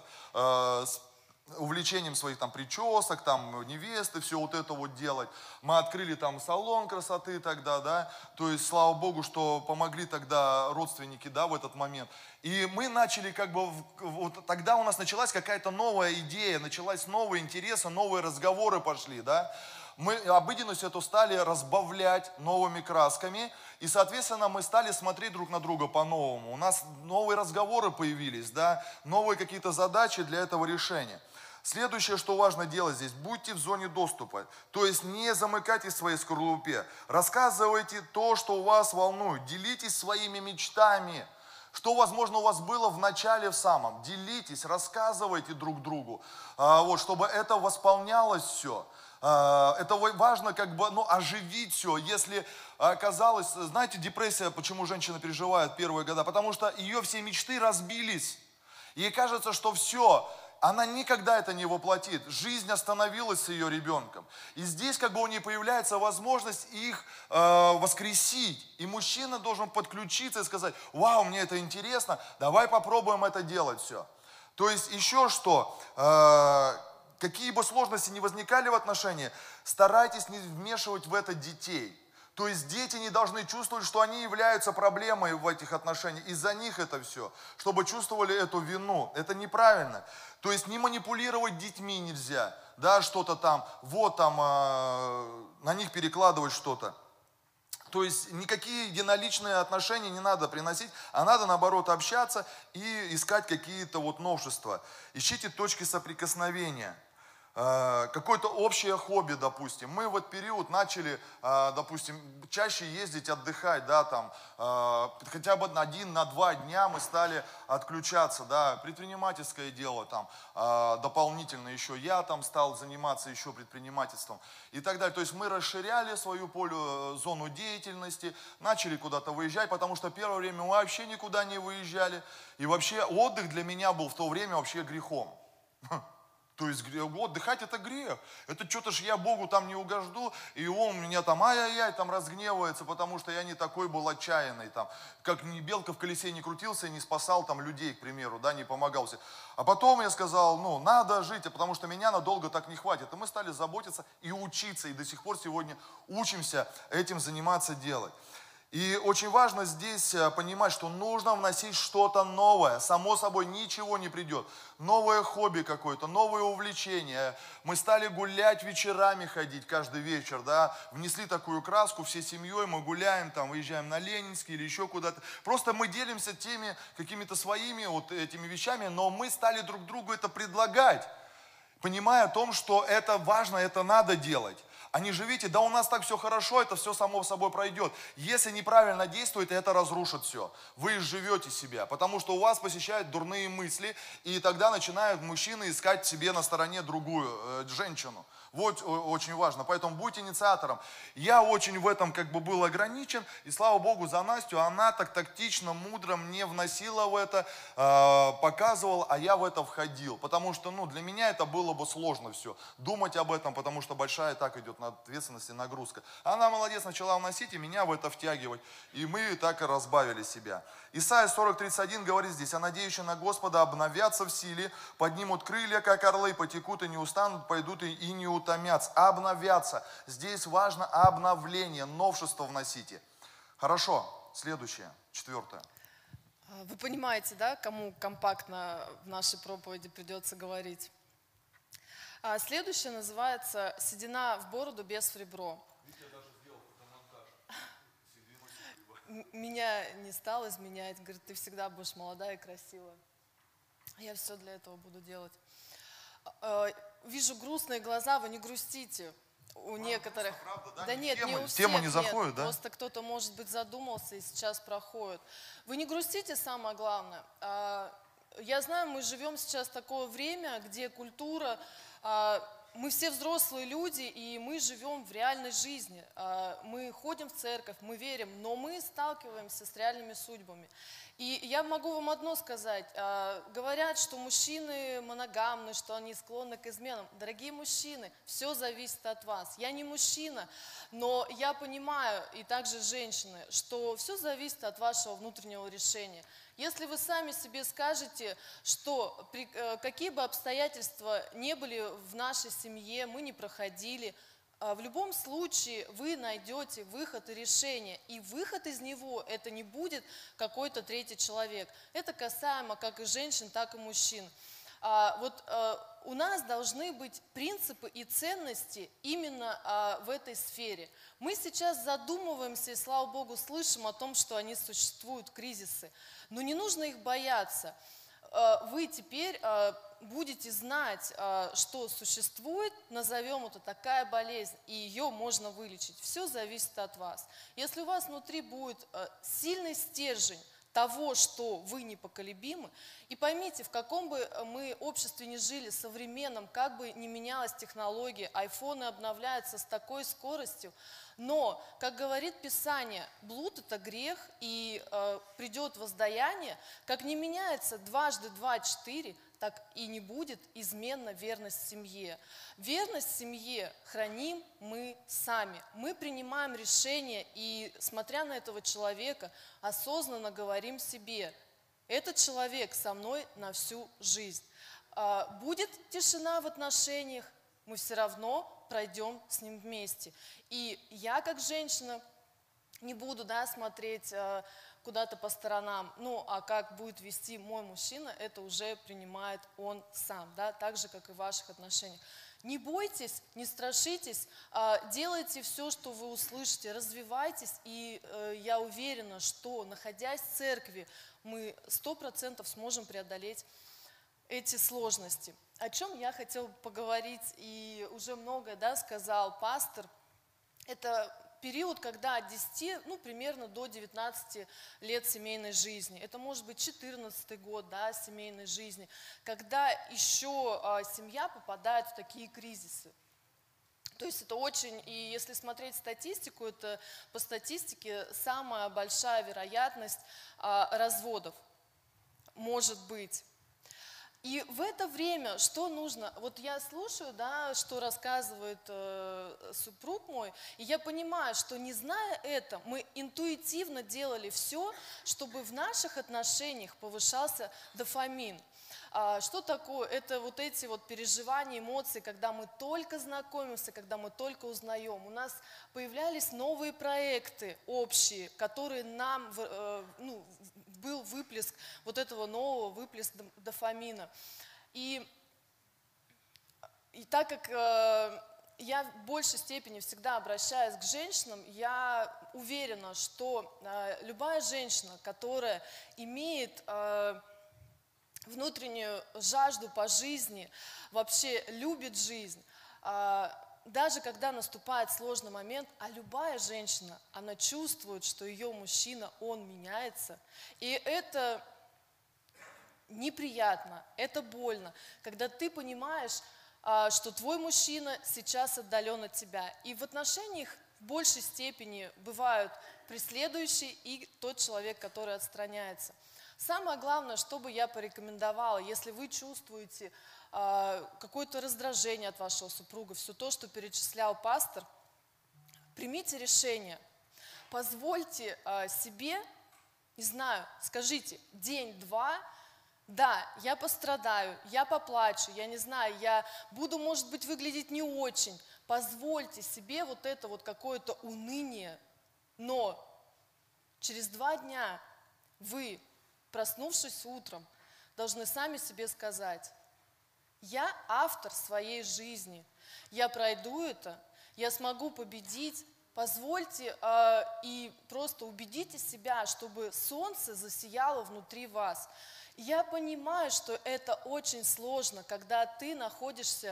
с увлечением своих там причесок, там невесты, все вот это вот делать. Мы открыли там салон красоты тогда, да, то есть слава Богу, что помогли тогда родственники, да, в этот момент. И мы начали как бы, вот тогда у нас началась какая-то новая идея, началась новые интересы, новые разговоры пошли, да. Мы обыденность эту стали разбавлять новыми красками, и, соответственно, мы стали смотреть друг на друга по-новому. У нас новые разговоры появились, да, новые какие-то задачи для этого решения. Следующее, что важно делать здесь, будьте в зоне доступа, то есть не замыкайтесь в своей скорлупе, рассказывайте то, что у вас волнует, делитесь своими мечтами, что, возможно, у вас было в начале в самом, делитесь, рассказывайте друг другу, вот, чтобы это восполнялось все. Это важно как бы, ну, оживить все. Если оказалось, знаете, депрессия, почему женщина переживает первые года? Потому что ее все мечты разбились. Ей кажется, что все, она никогда это не воплотит. Жизнь остановилась с ее ребенком. И здесь как бы у нее появляется возможность их воскресить. И мужчина должен подключиться и сказать, вау, мне это интересно, давай попробуем это делать все. То есть еще что... Какие бы сложности ни возникали в отношениях, старайтесь не вмешивать в это детей. То есть дети не должны чувствовать, что они являются проблемой в этих отношениях. Из-за них это все. Чтобы чувствовали эту вину. Это неправильно. То есть не манипулировать детьми нельзя. Да, что-то там, вот там, на них перекладывать что-то. То есть никакие единоличные отношения не надо приносить, а надо наоборот общаться и искать какие-то вот новшества. Ищите точки соприкосновения. какое-то общее хобби, допустим. Мы в этот период начали, допустим, чаще ездить отдыхать, да, там, хотя бы 1-2 дня мы стали отключаться, да, предпринимательское дело, там, дополнительно еще я там стал заниматься еще предпринимательством и так далее. То есть мы расширяли свою зону деятельности, начали куда-то выезжать, потому что первое время мы вообще никуда не выезжали. И вообще отдых для меня был в то время вообще грехом. То есть отдыхать это грех. Это что-то ж я Богу там не угожду, и он меня там ай-яй-яй там разгневается, потому что я не такой был отчаянный, там, как ни белка в колесе не крутился и не спасал там людей, к примеру, да, не помогал. А потом я сказал, ну, надо жить, потому что меня надолго так не хватит. И мы стали заботиться и учиться, и до сих пор сегодня учимся этим заниматься, делать. И очень важно здесь понимать, что нужно вносить что-то новое. Само собой ничего не придет. Новое хобби какое-то, новое увлечение. Мы стали гулять вечерами, ходить каждый вечер, да. Внесли такую краску, всей семьей мы гуляем, там, выезжаем на Ленинский или еще куда-то. Просто мы делимся теми какими-то своими вот этими вещами, но мы стали друг другу это предлагать, понимая о том, что это важно, это надо делать. А не живите, да у нас так все хорошо, это все само собой пройдет. Если неправильно действует, это разрушит все. Вы изживете себя, потому что у вас посещают дурные мысли, и тогда начинают мужчины искать себе на стороне другую женщину. Вот очень важно, поэтому будьте инициатором. Я очень в этом как бы был ограничен, и слава Богу за Настю, она так тактично, мудро мне вносила в это, показывала, а я в это входил. Потому что, ну, для меня это было бы сложно все, думать об этом, потому что большая так идет ответственность и нагрузка. Она, молодец, начала вносить и меня в это втягивать, и мы так и разбавили себя. Исайя 40:31 говорит здесь: а надеющие на Господа обновятся в силе, поднимут крылья, как орлы, потекут и не устанут, пойдут и не утомятся. Обновятся. Здесь важно обновление, новшество вносите. Хорошо, следующее, 4. Вы понимаете, да, кому компактно в нашей проповеди придется говорить? Следующее называется «Седина в бороду без в ребро». Меня не стал изменять, говорит, ты всегда будешь молодая и красивая. Я все для этого буду делать. Вижу грустные глаза, вы не грустите. У некоторых. Правда, да? Да нет, не у всех. Тема не заходит, нет. да? Просто кто-то, может быть, задумался и сейчас проходит. Вы не грустите, самое главное. Я знаю, мы живем сейчас в такое время, где культура, мы все взрослые люди, и мы живем в реальной жизни. Мы ходим в церковь, мы верим, но мы сталкиваемся с реальными судьбами. И я могу вам одно сказать. Говорят, что мужчины моногамны, что они склонны к изменам. Дорогие мужчины, все зависит от вас. Я не мужчина, но я понимаю, и также женщины, что все зависит от вашего внутреннего решения. Если вы сами себе скажете, что какие бы обстоятельства ни были в нашей семье, мы не проходили, в любом случае вы найдете выход и решение. И выход из него – это не будет какой-то третий человек. Это касаемо как и женщин, так и мужчин. У нас должны быть принципы и ценности именно в этой сфере. Мы сейчас задумываемся и, слава Богу, слышим о том, что они существуют, кризисы. Но не нужно их бояться. Вы теперь будете знать, что существует, назовем это такая болезнь, и ее можно вылечить. Все зависит от вас. Если у вас внутри будет сильный стержень того, что вы непоколебимы, и поймите, в каком бы мы обществе ни жили, современном, как бы ни менялась технология, айфоны обновляются с такой скоростью, но, как говорит Писание, блуд – это грех, и придет воздаяние, как не меняется 2 × 2 = 4, так и не будет изменна верность семье. Верность семье храним мы сами. Мы принимаем решение и, смотря на этого человека, осознанно говорим себе: этот человек со мной на всю жизнь. Будет тишина в отношениях, мы все равно пройдем с ним вместе. И я, как женщина, не буду смотреть куда-то по сторонам, а как будет вести мой мужчина, это уже принимает он сам, так же, как и в ваших отношениях. Не бойтесь, не страшитесь, делайте все, что вы услышите, развивайтесь, и я уверена, что, находясь в церкви, мы 100% сможем преодолеть эти сложности. О чем я хотела поговорить, и уже многое, да, сказал пастор, это период, когда от 10, ну, примерно до 19 лет семейной жизни. Это может быть 14 год, да, семейной жизни, когда еще семья попадает в такие кризисы. То есть это очень, и если смотреть статистику, это по статистике самая большая вероятность разводов может быть. И в это время что нужно? Вот я слушаю, да, что рассказывает супруг мой, и я понимаю, что не зная это, мы интуитивно делали все, чтобы в наших отношениях повышался дофамин. Что такое? Это вот эти вот переживания, эмоции, когда мы только знакомимся, когда мы только узнаем. У нас появлялись новые проекты общие, которые нам, ну, был выплеск вот этого нового выплеска дофамина. И так как я в большей степени всегда обращаюсь к женщинам, я уверена, что любая женщина, которая имеет внутреннюю жажду по жизни, вообще любит жизнь, даже когда наступает сложный момент, а любая женщина, она чувствует, что ее мужчина, он меняется, и это неприятно, это больно, когда ты понимаешь, что твой мужчина сейчас отдален от тебя. И в отношениях в большей степени бывают преследующие и тот человек, который отстраняется. Самое главное, что бы я порекомендовала, если вы чувствуете какое-то раздражение от вашего супруга, все то, что перечислял пастор, примите решение, позвольте себе, не знаю, скажите, день-два, да, я пострадаю, я поплачу, я не знаю, я буду, может быть, выглядеть не очень, позвольте себе вот это вот какое-то уныние, но через 2 дня вы, проснувшись утром, должны сами себе сказать: я автор своей жизни, я пройду это, я смогу победить. Позвольте и просто убедите себя, чтобы солнце засияло внутри вас. Я понимаю, что это очень сложно, когда ты находишься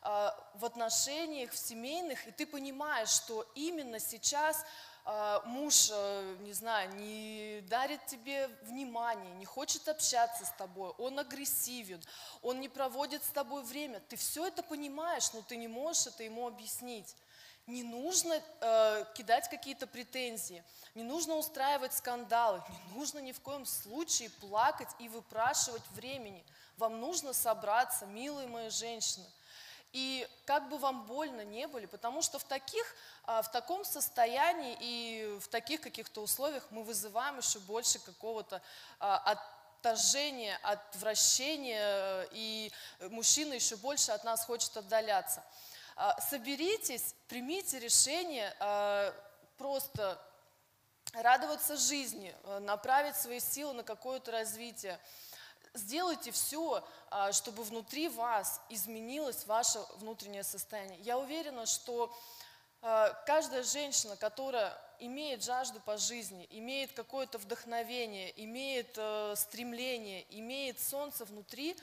в отношениях, в семейных, и ты понимаешь, что именно сейчас муж, не знаю, не дарит тебе внимания, не хочет общаться с тобой, он агрессивен, он не проводит с тобой время. Ты все это понимаешь, но ты не можешь это ему объяснить. Не нужно кидать какие-то претензии, не нужно устраивать скандалы, не нужно ни в коем случае плакать и выпрашивать времени. Вам нужно собраться, милые мои женщины. И как бы вам больно не были, потому что в таком состоянии и в таких каких-то условиях мы вызываем еще больше какого-то отторжения, отвращения, и мужчина еще больше от нас хочет отдаляться. Соберитесь, примите решение просто радоваться жизни, направить свои силы на какое-то развитие. Сделайте все, чтобы внутри вас изменилось ваше внутреннее состояние. Я уверена, что каждая женщина, которая имеет жажду по жизни, имеет какое-то вдохновение, имеет стремление, имеет солнце внутри,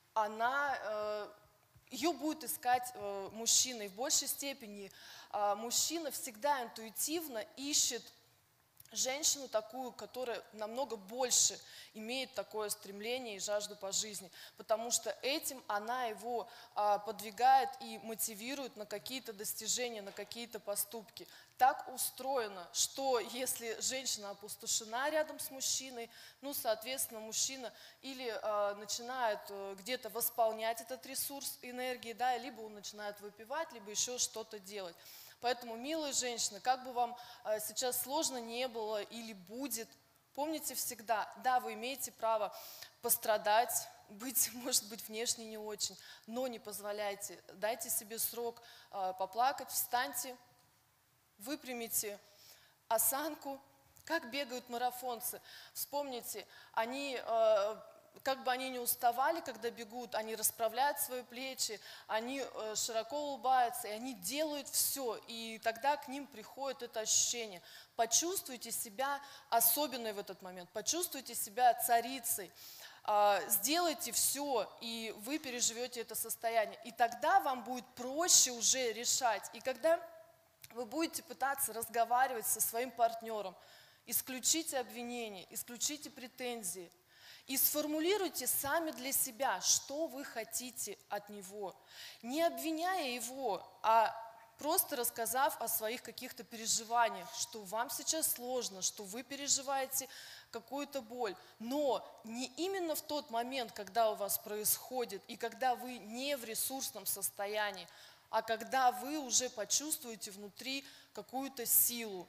ее будет искать мужчина. И в большей степени мужчина всегда интуитивно ищет женщину такую, которая намного больше имеет такое стремление и жажду по жизни, потому что этим она его подвигает и мотивирует на какие-то достижения, на какие-то поступки. Так устроено, что если женщина опустошена рядом с мужчиной, ну, соответственно, мужчина или начинает где-то восполнять этот ресурс энергии, да, либо он начинает выпивать, либо еще что-то делать. Поэтому, милые женщины, как бы вам сейчас сложно не было или будет, помните всегда, да, вы имеете право пострадать, быть, может быть, внешне не очень, но не позволяйте, дайте себе срок поплакать, встаньте, выпрямите осанку, как бегают марафонцы. Вспомните, они... Как бы они ни уставали, когда бегут, они расправляют свои плечи, они широко улыбаются, и они делают все. И тогда к ним приходит это ощущение. Почувствуйте себя особенной в этот момент, почувствуйте себя царицей. сделайте все, и вы переживете это состояние. И тогда вам будет проще уже решать. И когда вы будете пытаться разговаривать со своим партнером, исключите обвинения, исключите претензии и сформулируйте сами для себя, что вы хотите от него, не обвиняя его, а просто рассказав о своих каких-то переживаниях, что вам сейчас сложно, что вы переживаете какую-то боль. Но не именно в тот момент, когда у вас происходит, и когда вы не в ресурсном состоянии, а когда вы уже почувствуете внутри какую-то силу.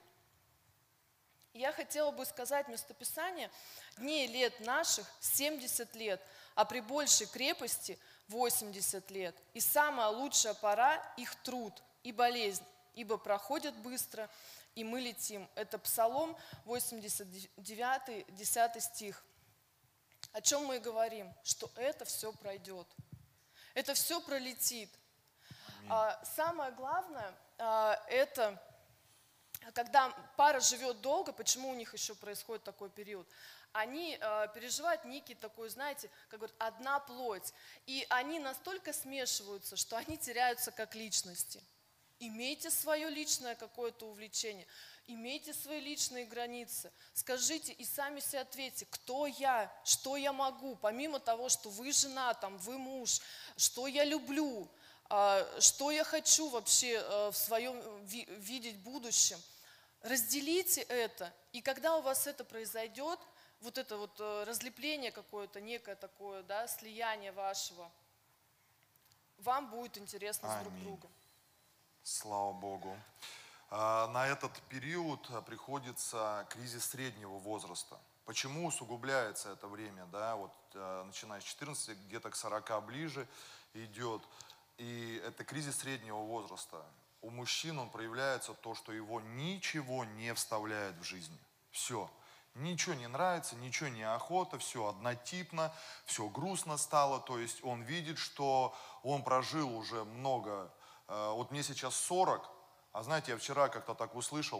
Я хотела бы сказать местописание: дней лет наших 70 лет, а при большей крепости 80 лет. И самая лучшая пора их труд и болезнь, ибо проходят быстро, и мы летим. Это Псалом 89, 10 стих. О чем мы и говорим? Что это все пройдет. Это все пролетит. Самое главное, это когда пара живет долго, почему у них еще происходит такой период? Они переживают некий такой, знаете, как говорят, одна плоть. И они настолько смешиваются, что они теряются как личности. Имейте свое личное какое-то увлечение, имейте свои личные границы. Скажите и сами себе ответьте, кто я, что я могу, помимо того, что вы жена, там, вы муж, что я люблю, что я хочу вообще в своем видеть будущем. Разделите это, и когда у вас это произойдет, вот это вот разлепление какое-то, некое такое, да, слияние вашего, вам будет интересно с друг другом. Слава Богу. На этот период приходится кризис среднего возраста. Почему усугубляется это время? Да? Вот, начиная с 14, где-то к 40 ближе идет. И это кризис среднего возраста. У мужчин он проявляется то, что его ничего не вставляет в жизнь. Все. Ничего не нравится, ничего не охота, все однотипно, все грустно стало. То есть он видит, что он прожил уже много. Вот мне сейчас 40, а знаете, я вчера как-то так услышал,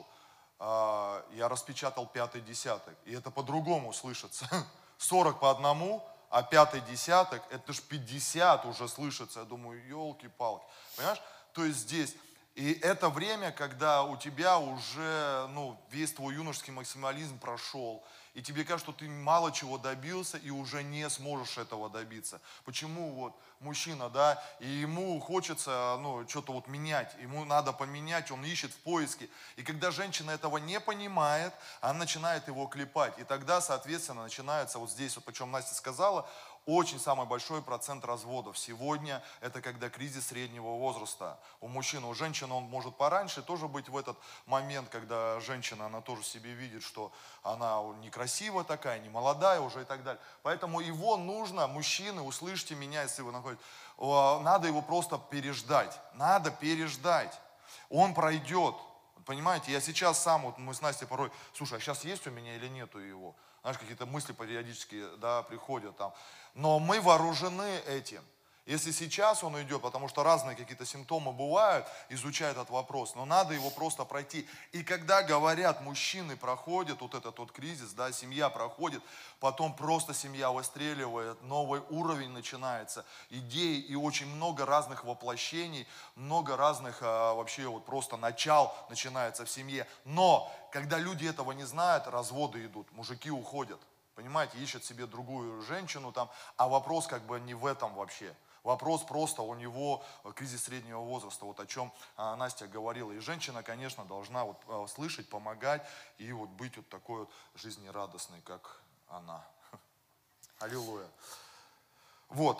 я распечатал 5-й десяток, и это по-другому слышится. 40 по одному, а 5-й десяток, это ж 50 уже слышится. Я думаю, елки-палки. Понимаешь? То есть здесь, и это время, когда у тебя уже, весь твой юношеский максимализм прошел, и тебе кажется, что ты мало чего добился и уже не сможешь этого добиться. Почему вот мужчина, да, и ему хочется, что-то вот менять, ему надо поменять, он ищет в поиске. И когда женщина этого не понимает, она начинает его клепать. И тогда, соответственно, начинается вот здесь, вот, причем Настя сказала, очень самый большой процент разводов сегодня, это когда кризис среднего возраста у мужчин. У женщин он может пораньше тоже быть в этот момент, когда женщина, она тоже себе видит, что она некрасивая такая, не молодая уже и так далее. Поэтому его нужно, мужчины, услышьте меня, если вы находитесь, надо его просто переждать. Надо переждать. Он пройдет. Понимаете, я сейчас сам, вот мы с Настей порой, слушай, а сейчас есть у меня или нету его? Знаешь, какие-то мысли периодически, да, приходят там. Но мы вооружены этим. Если сейчас он идет, потому что разные какие-то симптомы бывают, изучая этот вопрос, но надо его просто пройти. И когда говорят, мужчины проходят вот этот вот кризис, да, семья проходит, потом просто семья выстреливает, новый уровень начинается, идей и очень много разных воплощений, много разных вообще вот просто начал начинается в семье. Но когда люди этого не знают, разводы идут, мужики уходят. Понимаете, ищут себе другую женщину там, а вопрос как бы не в этом вообще. Вопрос просто у него кризис среднего возраста, вот о чем Настя говорила. И женщина, конечно, должна вот слышать, помогать и вот быть вот такой вот жизнерадостной, как она. Аллилуйя. Вот,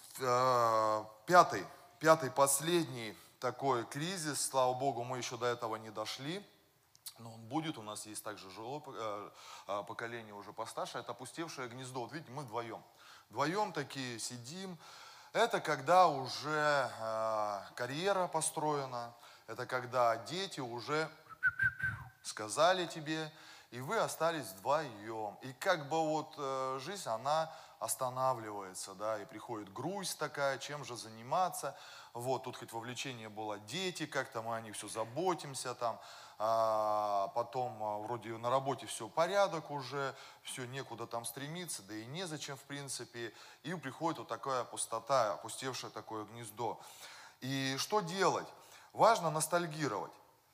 пятый, последний такой кризис, слава Богу, мы еще до этого не дошли. Но он будет, у нас есть также жилое поколение уже постарше, это опустевшее гнездо. Вот видите, мы вдвоем такие сидим. Это когда уже карьера построена, это когда дети уже сказали тебе, и вы остались вдвоем. И как бы вот жизнь, она останавливается, да, и приходит грусть такая, чем же заниматься. Вот, тут хоть вовлечение было дети, как-то мы о них все заботимся там. потом вроде на работе все порядок уже, все некуда там стремиться, да и незачем в принципе, и приходит вот такая пустота, опустевшее такое гнездо. И что делать? Важно ностальгировать.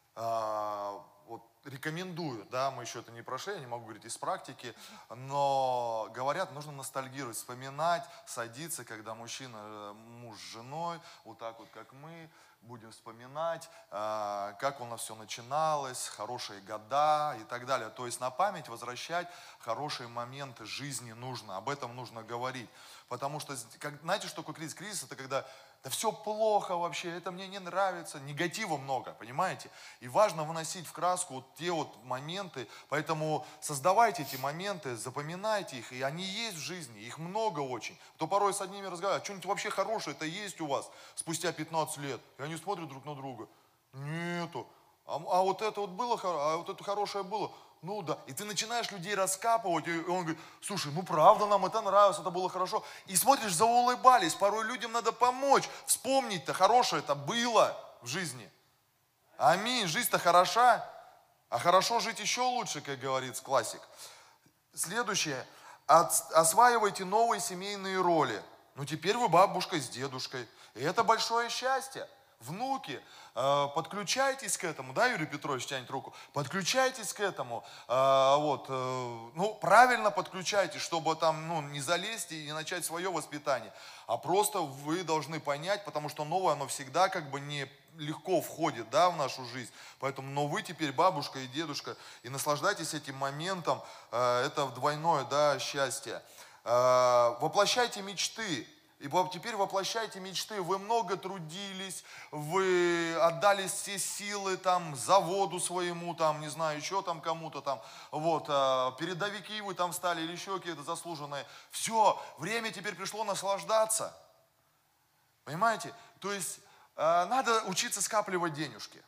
Вот рекомендую, да, мы еще это не прошли, я не могу говорить из практики, но говорят, нужно ностальгировать, вспоминать, садиться, когда мужчина, муж с женой, вот так вот, как мы, будем вспоминать, как у нас все начиналось, хорошие года и так далее. То есть на память возвращать хорошие моменты жизни нужно, об этом нужно говорить. Потому что, знаете, что такое кризис? Кризис — это когда да все плохо вообще, это мне не нравится, негатива много, понимаете? И важно выносить в краску вот те вот моменты, поэтому создавайте эти моменты, запоминайте их, и они есть в жизни, их много очень. То порой с одними разговаривать, что-нибудь вообще хорошее-то есть у вас спустя 15 лет, и они смотрят друг на друга, нету, а вот это вот было, а вот это хорошее было. Ну да, и ты начинаешь людей раскапывать, и он говорит, слушай, ну правда нам это нравилось, это было хорошо. И смотришь, заулыбались, порой людям надо помочь, вспомнить-то, хорошее-то было в жизни. Аминь, жизнь-то хороша, а хорошо жить еще лучше, как говорит классик. Следующее, осваивайте новые семейные роли. Ну теперь вы бабушка с дедушкой, и это большое счастье. Внуки, подключайтесь к этому, да, Юрий Петрович тянет руку, подключайтесь к этому, ну, правильно подключайтесь, чтобы там, ну, не залезть и не начать свое воспитание, а просто вы должны понять, потому что новое, оно всегда как бы не легко входит, да, в нашу жизнь, поэтому, но вы теперь бабушка и дедушка, и наслаждайтесь этим моментом, это двойное, да, счастье. Воплощайте мечты. И теперь воплощайте мечты. Вы много трудились, вы отдали все силы там заводу своему, там, не знаю, еще там кому-то там, вот, передовики вы там стали или еще какие-то заслуженные. Все, время теперь пришло наслаждаться. Понимаете? То есть надо учиться скапливать денежки.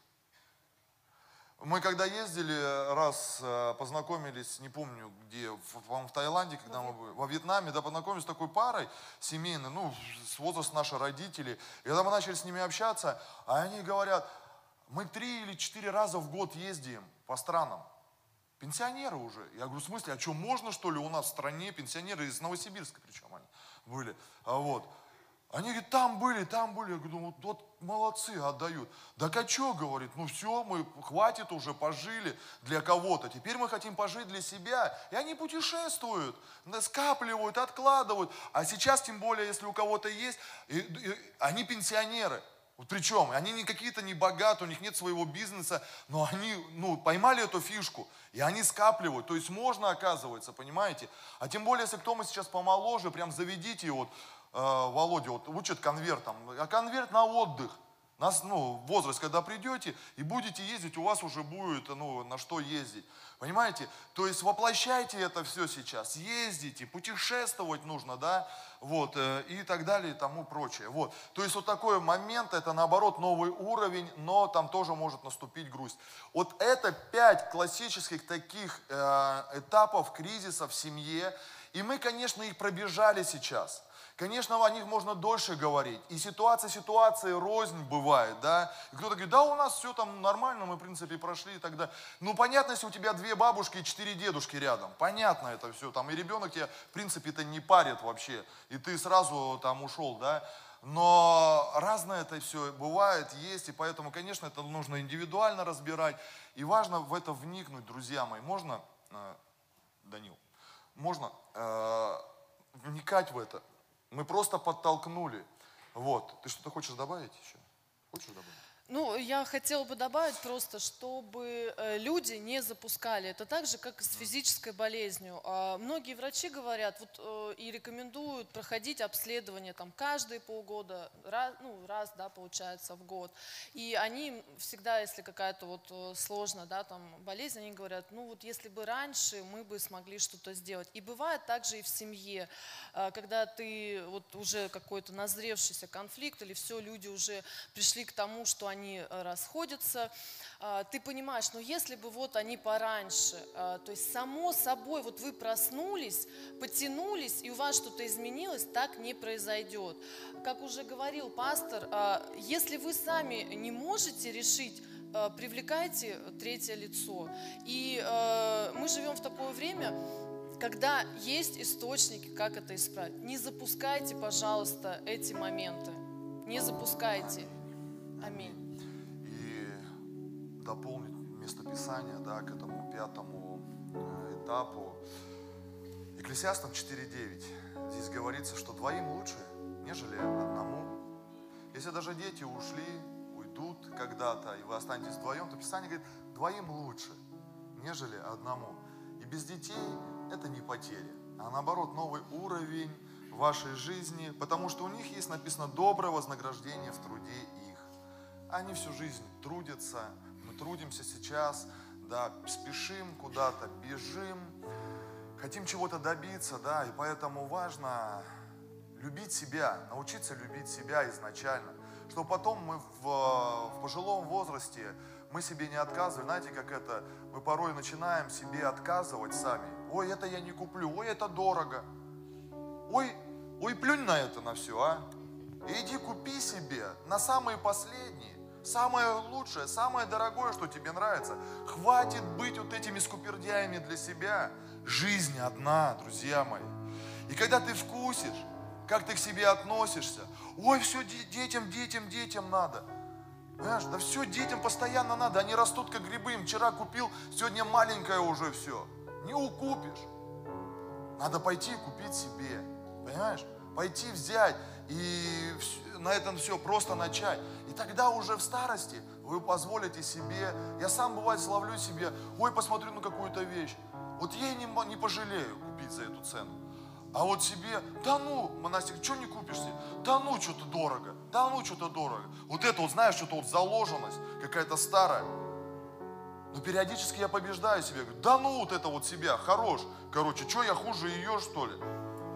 Мы когда ездили, раз познакомились, не помню где, в Таиланде, когда мы были, во Вьетнаме, да, познакомились с такой парой семейной, ну, с возраста наших родителей. И когда мы начали с ними общаться, они говорят, мы 3 или 4 раза в год ездим по странам. Пенсионеры уже. Я говорю, в смысле, а что, можно что ли у нас в стране, пенсионеры из Новосибирска причем они были, вот. Они говорят, там были. Я говорю, ну, вот молодцы, отдают. Да а что, говорит, ну все, мы, хватит уже, пожили для кого-то. Теперь мы хотим пожить для себя. И они путешествуют, скапливают, откладывают. А сейчас, тем более, если у кого-то есть, они пенсионеры. Вот причем, они не какие-то не богатые, у них нет своего бизнеса, но они, ну, поймали эту фишку, и они скапливают. То есть можно, оказывается, понимаете? А тем более, если кто мы сейчас помоложе, прям заведите вот, Володя вот учит конвертом, а конверт на отдых. Ну, возраст, когда придете и будете ездить, у вас уже будет, ну, на что ездить. Понимаете? То есть воплощайте это все сейчас, ездите, путешествовать нужно, да, вот, и так далее, и тому прочее. Вот. То есть вот такой момент, это наоборот новый уровень, но там тоже может наступить грусть. Вот это 5 классических таких этапов кризиса в семье, и мы, конечно, их пробежали сейчас. Конечно, о них можно дольше говорить. И ситуации рознь бывает, да. И кто-то говорит, да у нас все там нормально, мы в принципе прошли и так далее. Ну понятно, если у тебя 2 бабушки и 4 дедушки рядом. Понятно это все. Там и ребенок тебя в принципе это не парит вообще. И ты сразу там ушел, да. Но разное это все бывает, есть. И поэтому, конечно, это нужно индивидуально разбирать. И важно в это вникнуть, друзья мои. Можно, Данил, можно вникать в это. Мы просто подтолкнули. Вот. Ты что-то хочешь добавить еще? Хочешь добавить? Ну, я хотела бы добавить просто, чтобы люди не запускали. Это так же, как и с физической болезнью. Многие врачи говорят и рекомендуют проходить обследование там, каждые полгода, раз, да, получается, в год. И они всегда, если какая-то вот сложная, да, там, болезнь, они говорят, ну вот если бы раньше мы бы смогли что-то сделать. И бывает также и в семье, когда ты вот уже какой-то назревшийся конфликт, или все, люди уже пришли к тому, что они расходятся, ты понимаешь, ну если бы вот они пораньше, то есть само собой, вот вы проснулись, потянулись, и у вас что-то изменилось, так не произойдет. Как уже говорил пастор, если вы сами не можете решить привлекайте третье лицо. И мы живем в такое время, когда есть источники, как это исправить. Не запускайте, пожалуйста, эти моменты. Не запускайте. Аминь. И дополнить местописание, да, к этому 5-му этапу. Екклесиастам 4:9. Здесь говорится, что двоим лучше, нежели одному. Если даже дети уйдут когда-то, и вы останетесь вдвоем, то Писание говорит, двоим лучше, нежели одному. И без детей это не потеря, а наоборот новый уровень в вашей жизни, потому что у них есть написано доброе вознаграждение в труде их. Они всю жизнь трудятся, мы трудимся сейчас, да, спешим куда-то, бежим, хотим чего-то добиться, да, и поэтому важно любить себя, научиться любить себя изначально, чтобы потом мы в пожилом возрасте мы себе не отказывали. Знаете, как это, мы порой начинаем себе отказывать сами. Ой, это я не куплю, ой, это дорого. Ой, плюнь на это на все, а. И иди купи себе на самые последние, самое лучшее, самое дорогое, что тебе нравится. Хватит быть вот этими скупердяями для себя. Жизнь одна, друзья мои. И когда ты вкусишь, как ты к себе относишься, ой, все детям надо. Понимаешь, да все детям постоянно надо, они растут как грибы, им вчера купил, сегодня маленькое уже все. Не укупишь. Надо пойти купить себе, понимаешь? Пойти взять и на этом все просто начать. И тогда уже в старости вы позволите себе, я сам бывает словлю себе, ой, посмотрю на какую-то вещь, вот ей не пожалею купить за эту цену. А вот себе, да ну, монастырь, что не купишь себе? Да ну, что-то дорого, да ну, что-то дорого. Вот это вот, знаешь, что-то вот заложенность, какая-то старая. Но периодически я побеждаю себя, говорю, да ну, вот это вот себя, хорош. Короче, что я хуже ее, что ли?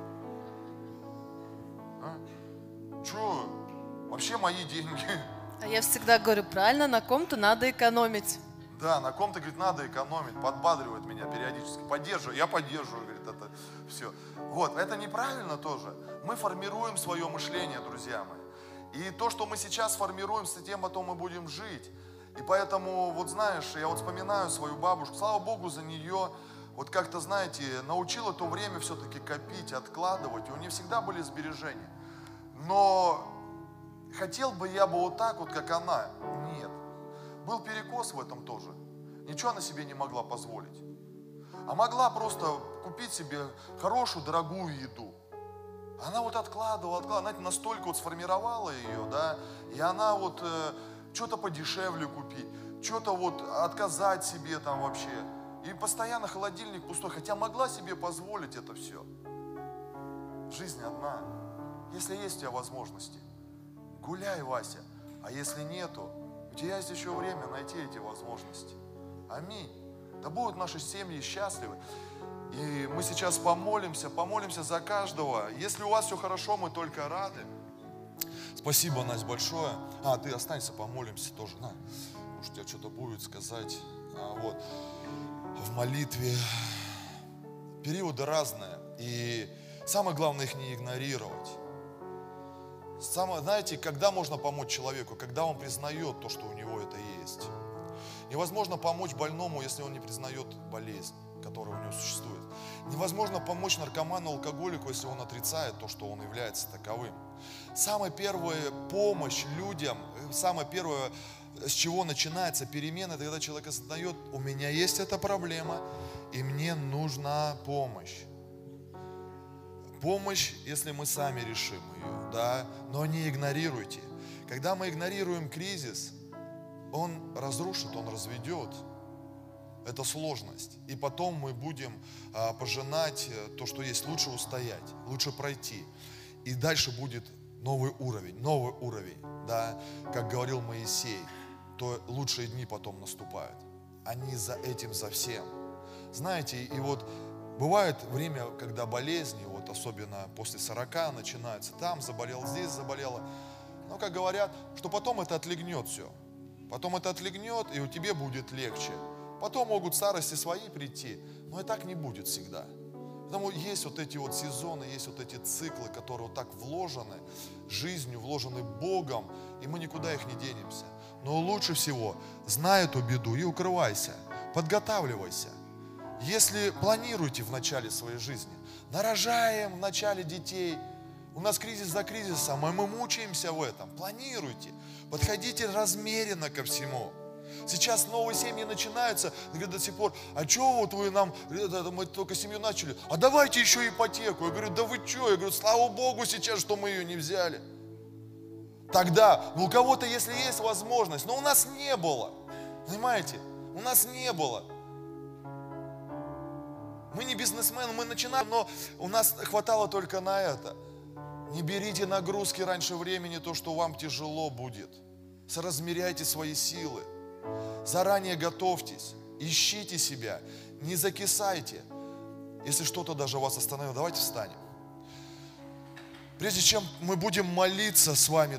А? Что? Вообще мои деньги. А я всегда говорю, правильно, на ком-то надо экономить. Да, на ком-то, говорит, надо экономить, подбадривает меня периодически, поддерживаю, я поддерживаю, говорит, это все. Вот, это неправильно тоже. Мы формируем свое мышление, друзья мои. И то, что мы сейчас формируем, с тем потом мы будем жить. И поэтому, вот знаешь, я вот вспоминаю свою бабушку, слава Богу за нее, вот как-то, знаете, научила то время все-таки копить, откладывать, и у нее всегда были сбережения. Но хотел бы я бы вот так вот, как она, нет. Был перекос в этом тоже. Ничего она себе не могла позволить. А могла просто купить себе хорошую, дорогую еду. Она вот откладывала, знаете, настолько вот сформировала ее, да, и она вот что-то подешевле купить, что-то вот отказать себе там вообще. И постоянно холодильник пустой, хотя могла себе позволить это все. Жизнь одна. Если есть у тебя возможности, гуляй, Вася. А если нету, у тебя есть еще время найти эти возможности. Аминь. Да будут наши семьи счастливы. И мы сейчас помолимся за каждого. Если у вас все хорошо, мы только рады. Спасибо, Настя, большое. Ты останься, помолимся тоже. Может, у тебя что-то будет сказать. Вот. В молитве периоды разные. И самое главное их не игнорировать. Знаете, когда можно помочь человеку? Когда он признает то, что у него это есть. Невозможно помочь больному, если он не признает болезнь, которая у него существует. Невозможно помочь наркоману, алкоголику, если он отрицает то, что он является таковым. Самая первая помощь людям, самое первое, с чего начинается перемена, это когда человек осознает, у меня есть эта проблема, и мне нужна помощь. Помощь, если мы сами решим ее, да, но не игнорируйте. Когда мы игнорируем кризис, он разрушит, он разведет. Это сложность. И потом мы будем пожинать то, что есть. Лучше устоять, лучше пройти. И дальше будет новый уровень, да, как говорил Моисей, то лучшие дни потом наступают. Они за этим, за всем. Знаете, и вот бывает время, когда болезни, вот особенно после 40 начинаются, там заболел, здесь заболело. Но, как говорят, что потом это отлегнет все. Потом это отлегнет, и у тебя будет легче. Потом могут старости свои прийти, но и так не будет всегда. Потому есть вот эти вот сезоны, есть вот эти циклы, которые вот так вложены жизнью, вложены Богом, и мы никуда их не денемся. Но лучше всего знай эту беду и укрывайся, подготавливайся. Если планируете в начале своей жизни, нарожаем в начале детей, у нас кризис за кризисом, и мы мучаемся в этом. Планируйте, подходите размеренно ко всему. Сейчас новые семьи начинаются, говорят, до сих пор, а что вот вы нам, мы только семью начали, а давайте еще ипотеку. Я говорю, да вы что? Я говорю, слава Богу сейчас, что мы ее не взяли. Тогда, у кого-то, если есть возможность, но у нас не было, понимаете, у нас не было. Мы не бизнесмены, мы начинаем, но у нас хватало только на это. Не берите нагрузки раньше времени, то, что вам тяжело будет. Соразмеряйте свои силы. Заранее готовьтесь, ищите себя, не закисайте. Если что-то даже вас остановило, давайте встанем. Прежде чем мы будем молиться с вами,